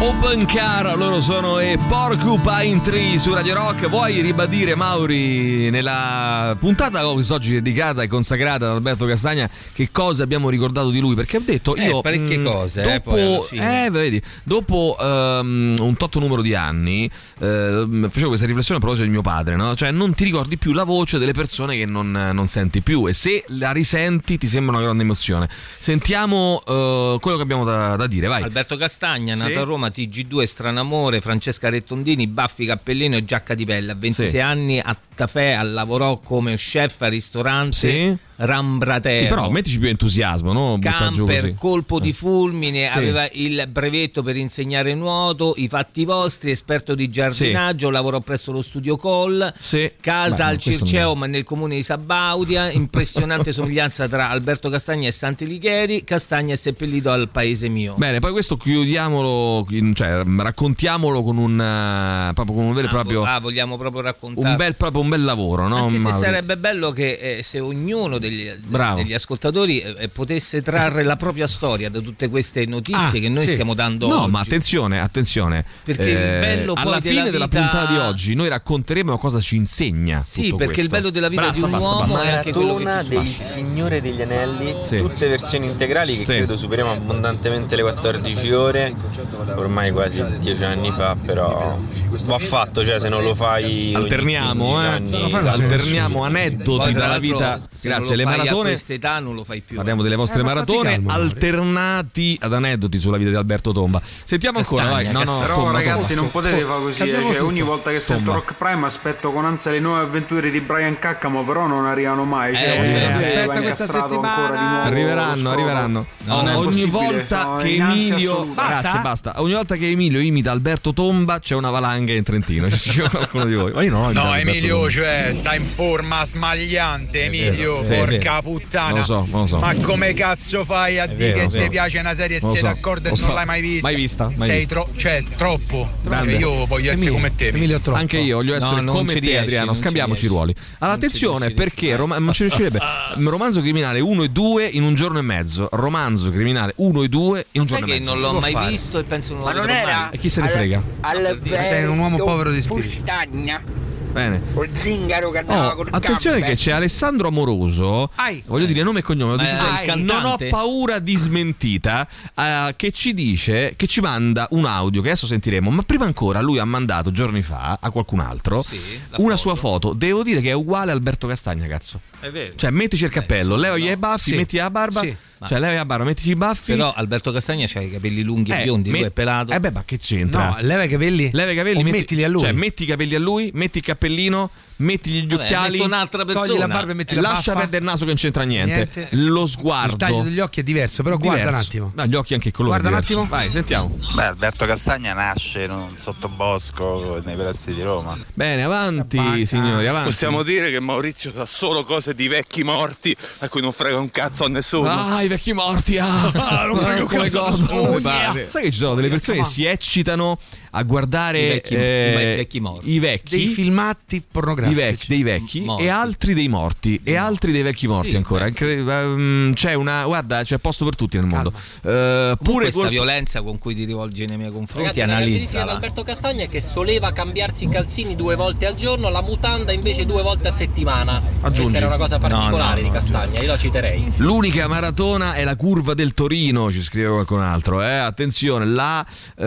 Open Car, loro sono e Porcupine Tree su Radio Rock. Vuoi ribadire, Mauri, nella puntata quest'oggi dedicata e consacrata da Alberto Castagna, che cosa abbiamo ricordato di lui? Perché ho detto io eh, parecchie mh, cose dopo, eh, poi alla fine. eh, vedi, dopo um, un tot numero di anni uh, facevo questa riflessione a proposito di mio padre, no? Cioè non ti ricordi più la voce delle persone che non, non senti più, e se la risenti ti sembra una grande emozione. Sentiamo uh, quello che abbiamo da, da dire, vai. Alberto Castagna, Sì. nato a Roma, T G due, Stranamore, Francesca Rettondini, baffi, cappellino e giacca di pelle. A ventisei Sì. anni a Tafè lavorò come chef al ristorante Sì. Rambratero. Sì, però mettici più entusiasmo, no? Butta giù Camper, così. colpo di fulmine, Sì. aveva il brevetto per insegnare nuoto, i fatti vostri, esperto di giardinaggio, lavorò presso lo studio Col, Sì. casa Beh, al questo Circeo ma nel comune di Sabaudia, impressionante somiglianza tra Alberto Castagna e Sant'Ilicheri. Castagna è seppellito al paese mio. Bene, poi questo chiudiamolo, cioè raccontiamolo con un uh, proprio con un vero e Ah, proprio ah, vogliamo proprio raccontare un bel proprio un bel lavoro, no? Anche se Mauri? sarebbe bello che eh, se ognuno degli, Bravo. degli ascoltatori eh, potesse trarre la propria storia da tutte queste notizie Ah, che noi sì. stiamo dando No, oggi. ma attenzione, attenzione. Perché il bello poi alla della fine della vita- puntata di oggi noi racconteremo cosa ci insegna. Sì, tutto perché questo. il bello della vita Basta, di un basta, uomo basta. è anche quello che Maratona tu del basta. Signore degli Anelli, Sì. tutte versioni integrali che Sì. credo superiamo abbondantemente le quattordici ore, ormai quasi dieci anni fa, però va fatto, cioè se non lo fai Alterniamo, ogni eh. quindici Non anni, fai alterniamo aneddoti Poi, tra dalla l'altro, vita. se non Grazie, lo le fai maratone. a quest'età non lo fai più. Parliamo delle vostre Eh, ma stati maratone calmo, Mauri. alternati ad aneddoti sulla vita di Alberto Tomba. Sentiamo ancora, vai. No, no, Però Tomba, ragazzi Tomba. non potete fare così, Cambiamo cioè, tutto. ogni volta che sento Tomba. Rock Prime aspetto con ansia le nuove avventure di Brian Caccamo, però non arrivano mai, cioè, Eh, ogni eh, volta aspetta va questa incastrato settimana. ancora di nuovo Arriveranno, lo scopo. arriveranno. Non è ogni possibile, volta sono che in ansia Emilio assoluta. Grazie, basta. Ogni volta che Emilio imita Alberto Tomba c'è una valanga in Trentino. Ci scrive qualcuno di voi. Ma io non ho imitato No, Alberto Emilio, Tomba. cioè, sta in forma smagliante, Emilio, vero, sì, è porca vero. puttana. Non lo so, non lo so. Ma come cazzo fai a È dire vero, che lo so. ti piace una serie e Non lo sei so, d'accordo e lo non so. l'hai mai vista? Mai vista, mai Sei vista. tro- cioè, troppo. Grande. Che io voglio essere Emilio, come te. Emilio troppo. Anche io voglio essere No, non come ci te, riesci, Adriano. non ci Scambiamoci i riesci. ruoli. Allora, attenzione, perché Roma- non ci riuscirebbe. Romanzo criminale uno e due in un giorno e mezzo. Romanzo criminale uno e due in un Sai giorno che e mezzo. non Si l'ho può mai fare. visto e penso non Ma lo non vedrò era mai. E chi se ne frega? Sei un uomo povero di spirito. Fustagna, Bene. o zingaro che andava Oh, col attenzione camper. che c'è Alessandro Amoroso. Ai. Voglio dire nome e cognome. Lo Ma dice- è il non ho cantante? paura di smentita. eh, che ci dice che ci manda un audio che adesso sentiremo. Ma prima ancora lui ha mandato giorni fa a qualcun altro Sì, la una foto. sua foto. Devo dire che è uguale a Alberto Castagna, cazzo. È vero. Cioè, mettici il cappello, Eh, leva no. i baffi, Sì. metti la barba. Sì. Cioè, leva la barba, mettici i baffi. Però Alberto Castagna c'ha i capelli lunghi e Eh, biondi, met- lui è pelato. Eh beh, ma che c'entra? No, leva i capelli. Leva i capelli, o metti- mettili a lui. Cioè, metti i capelli a lui, metti il cappellino, metti gli Vabbè, occhiali. metto un'altra persona. Togli la barba e metti la Lascia baffa. perdere il naso che non c'entra niente. Niente. Lo sguardo. Il taglio degli occhi è diverso, però guarda un Diverso. attimo. No, gli occhi anche il colore. Guarda un diverso. attimo. Vai, sentiamo. Beh, Alberto Castagna nasce in un sottobosco nei pressi di Roma. Bene, avanti, Bacca. signori, avanti. Possiamo dire che Maurizio sa solo cose di vecchi morti a cui non frega un cazzo a nessuno. Ah, i vecchi morti. Ah, non frega un come cazzo a godo. nessuno. Mi pare. Sai che ci sono delle persone che si eccitano a guardare I vecchi- eh, i vecchi morti. i vecchi Dei filmati i pornografici. vecchi, dei vecchi Morti. e altri dei morti e altri dei vecchi morti Sì, ancora. beh, sì. Incre- ehm, c'è una guarda, c'è posto per tutti nel mondo. Eh, Pure pure questa col- violenza con cui ti rivolgi nei miei confronti, Ragazzi, la caratteristica di analizzala. Alberto Castagna è che soleva cambiarsi i calzini due volte al giorno, la mutanda invece due volte a settimana. Aggiungi. Questa era una cosa particolare No, no, di no, Castagna, io la citerei. L'unica maratona è la curva del Torino, ci scrive qualcun altro. Eh? Attenzione, la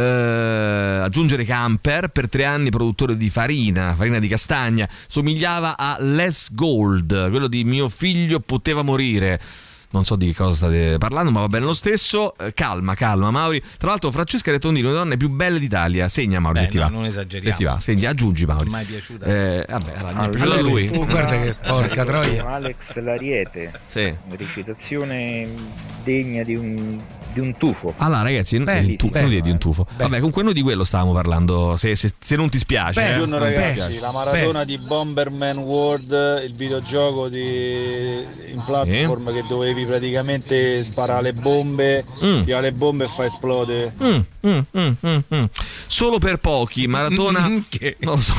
eh, aggiungere Camper, per tre anni produttore di farina, farina di castagna, somigliava a Les Gold, quello di Mio figlio poteva morire. Non so di che cosa state parlando, ma va bene lo stesso. Eh, calma, calma, Mauri. Tra l'altro, Francesca Rettondini, una delle donne più belle d'Italia. Segna, Mauri, Beh, se ti no, va. non esageriamo. Se ti va, segna, aggiungi, Mauri. Mai piaciuta. Eh, vabbè, allora, gli è Allora, piaciuto a lui. Oh, guarda che porca troia. Alex Lariete, Sì. recitazione degna di un, di un tufo. Allora, ragazzi, Beh, il tu- beh, non dire di un tufo. beh. Vabbè, comunque noi di quello stavamo parlando. Se, se- se non ti spiace, Beh, eh. Buongiorno Non ti ragazzi, spiace. la maratona di Bomberman World, il videogioco di... in platform che dovevi praticamente sparare le bombe, Mm. tirare le bombe e fa esplodere. Mm, mm, mm, mm, mm. Solo per pochi, maratona. Che? Non lo so.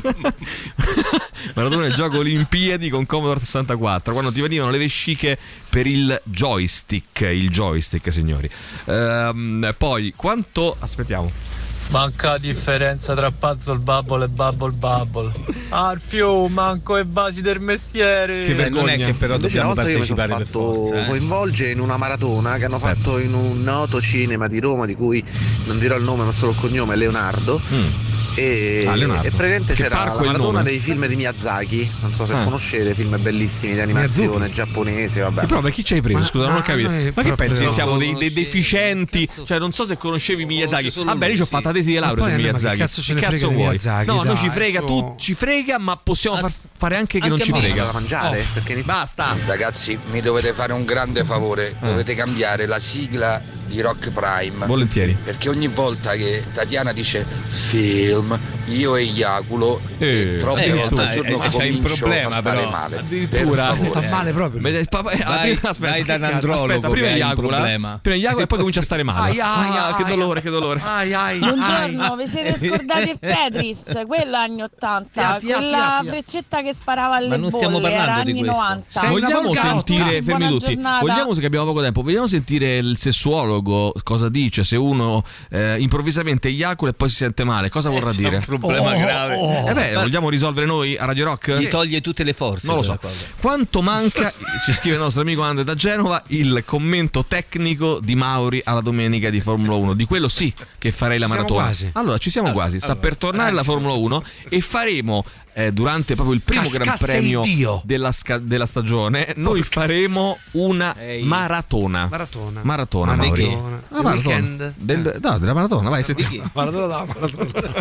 Maratona del gioco Olimpiadi con Commodore sessantaquattro, quando ti venivano le vesciche per il joystick, il joystick signori. Ehm, poi quanto aspettiamo? Manca differenza tra Puzzle Bubble e Bubble Bubble. Arfio, manco e basi del mestiere. Che vergogna. Non è che però Invece dobbiamo una volta io mi sono partecipare per fatto forza, eh. coinvolgere in una maratona che hanno fatto in un noto cinema di Roma, di cui non dirò il nome ma solo il cognome, Leonardo. Mm. E, Ah, Leonardo. e praticamente Che c'era la parco è il maratona nome? dei film di Miyazaki. Non so se Ah. conoscete, film bellissimi di animazione giapponese, vabbè. Sì, però per chi ci hai preso? Ma- Scusa, non ho ah, capito. noi Ma che proprio pensi? non Siamo lo dei, dei deficienti? Cioè, non so se conoscevi Miyazaki. Vabbè, lì ci ho fatto la tesi di Ma laurea poi su a noi, ma che Miyazaki. cazzo ce ne frega di vuoi? Miyazaki, No, a noi dai, ci frega, su. tu ci frega, ma possiamo far fare anche che non Anche ci a me frega. da mangiare, Oh. perché inizia- Basta. Ragazzi, mi dovete fare un grande favore, Eh. dovete cambiare la sigla di Rock Prime. Volentieri. Perché ogni volta che Tatiana dice film, io ejaculo Eh, e troppe eh, volte dai, al giorno eh, c'hai un comincio problema, a stare però. male. Addirittura. Per favore. Sta male proprio. Beh, papà, eh, Vai- prima- aspetta, vai che da un cazzo, andrologo aspetta, prima che hai un eiacula, problema. prima eiacula e poi comincia a stare male. Ai, ai, Ah, ai, che ai. dolore, che dolore. Ai, ai, Buongiorno, vi siete scordati il Tetris, quello anni ottanta, Tia, tia, quella tia, tia. freccetta che sparava alle Ma non stiamo bolle, parlando era di anni questo. novanta. Sei una Vogliamo volgarotta. sentire, fermi Buona tutti. giornata. Vogliamo, che abbiamo poco tempo, vogliamo sentire il sessuologo cosa dice se uno eh, improvvisamente eiacula e poi si sente male. Cosa vorrà c'è dire? un problema Oh, grave. oh. Eh beh, vogliamo risolvere noi a Radio Rock? Gli toglie tutte le forze. Non lo so. quella cosa. Quanto manca, ci scrive il nostro amico Andre da Genova, il commento tecnico di Mauri alla domenica di Formula uno. Di quello sì che farei la Ci siamo maratona. quasi. Allora, ci siamo quasi. Sta per tornare la Formula uno e faremo eh, durante proprio il primo Gran Cascasse Premio il Dio. della, sca- della stagione, noi faremo una maratona. Maratona. Maratona, Ma di Mauri. che? Una Del maratona. weekend? Del- no, della maratona, vai, sentiamo. Maratona da maratona.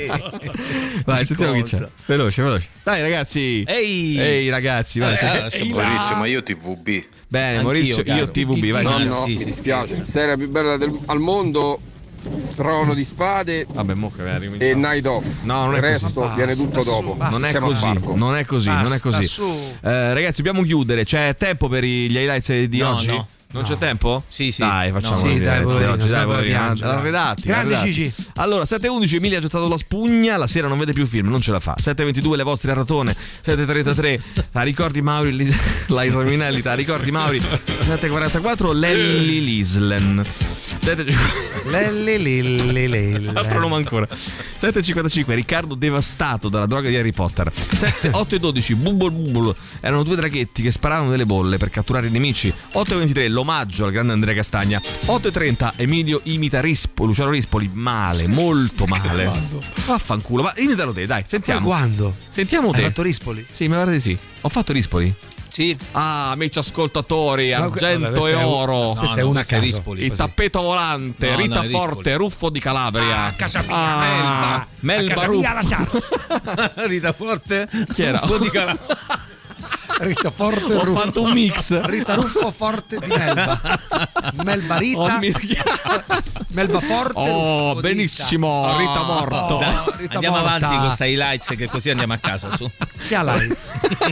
Vai, sentiamo chi cosa? c'è. Veloce, veloce. Dai, ragazzi. Ehi. Ehi, ragazzi, vai. Eh, senti- eh, Maurizio, ma io T V B. Bene, Anch'io, Maurizio, caro. io T V B, vai. No, vai. no. mi sì, dispiace. Serie più bella del- al mondo, Trono di Spade Vabbè, mo che vai a e ricominciare. Night Off. No, non è Il così. resto Basta, viene tutto su, dopo. basta. Non è Siamo al così, parco. non è così, non è Basta, così. su. Eh, ragazzi, dobbiamo chiudere. C'è tempo per gli highlights di No, oggi? no. Non c'è tempo? Sì, sì. Dai, facciamo No. gli Sì, dai, highlights di poverino, oggi, dai, sennò poi poverino. piange, Allora, dai. redatti, Grande redatti. Cici. Allora, sette e undici Emilia ha gettato la spugna, la sera non vede più film, non ce la fa. sette e ventidue le vostre a ratone, sette e trentatré la ricordi Mauri, li- la Raminelli, la ricordi Mauri, sette e quarantaquattro Lelli Lislen. sette e Lelli lilli lilli. Altro nome ancora. sette e cinquantacinque Riccardo devastato dalla droga di Harry Potter. sette, otto e dodici Bubble Bubble. Erano due draghetti che sparavano delle bolle per catturare i nemici. otto e ventitré l'omaggio al grande Andrea Castagna. otto e trenta Emilio imita Rispo, Luciano Rispoli male, molto male. Vaffanculo, ma imitalo te, dai, Ma sentiamo. quando? Sentiamo Hai te. fatto Rispoli? Sì, mi guarda di sì. Ho fatto Rispoli? Sì. Ah, amici ascoltatori, Ma que- argento vabbè, e questa è un- oro. questa è una a caso. Rispoli, Il così. tappeto volante, No, Rita no, è Rispoli. Forte, Ruffo di Calabria. Ah, casa mia, Ah, Melba. Melba A casa Ruffo. mia la Sars. Rita Forte. Chi era? Ruffo di Cala- Rita Forte Ho Ruffo. fatto un mix. Rita Ruffo Forte di Melba. Melba Ho Rita. mischiato. Melba Forte. Oh, Ruffo di benissimo, Rita. Rita morto. Oh, Dai, Rita andiamo morta. avanti con questa highlights che così andiamo a casa su. Chi ha l'Ice?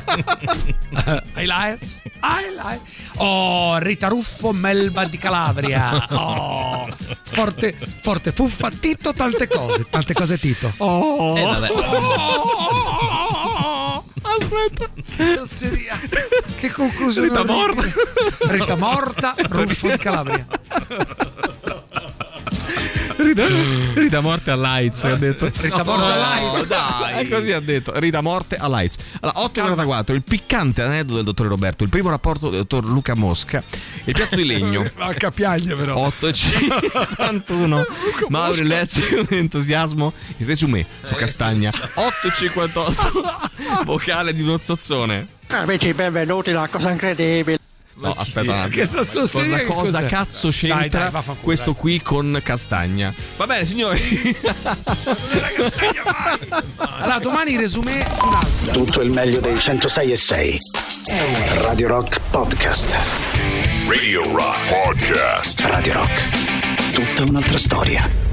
Highlights? Highlights? Oh, Rita Ruffo, Melba di Calabria. Oh, forte, forte fuffa, Tito, tante cose. Tante cose, Tito. Oh, Eh, vabbè. aspetta, che osseria. Che conclusione. Rita orribile. Rita morta, Ruffo di Calabria. Rita, Rita morte a Lights, ha detto. Rita morte a Lights. Dai. E così ha detto. Rita morte a Lights. Allora, otto e quarantaquattro il piccante aneddoto del dottore Roberto, il primo rapporto del dottor Luca Mosca, il piatto di legno. Manca piagne però. otto e cinquantuno Mauri Lecce con entusiasmo il resumé su Castagna. otto e cinquantotto vocale di uno zozzone. Amici, benvenuti alla cosa incredibile. No, aspetta un attimo. Che sto Cosa, cosa cos'è? cazzo c'entra Dai, dai, vaffanculo, questo dai. qui con Castagna? Va bene, signori. Allora, domani resumé su un altro. Tutto il meglio dei centosei e sei. Radio Rock Podcast. Radio Rock Podcast. Radio Rock. Tutta un'altra storia.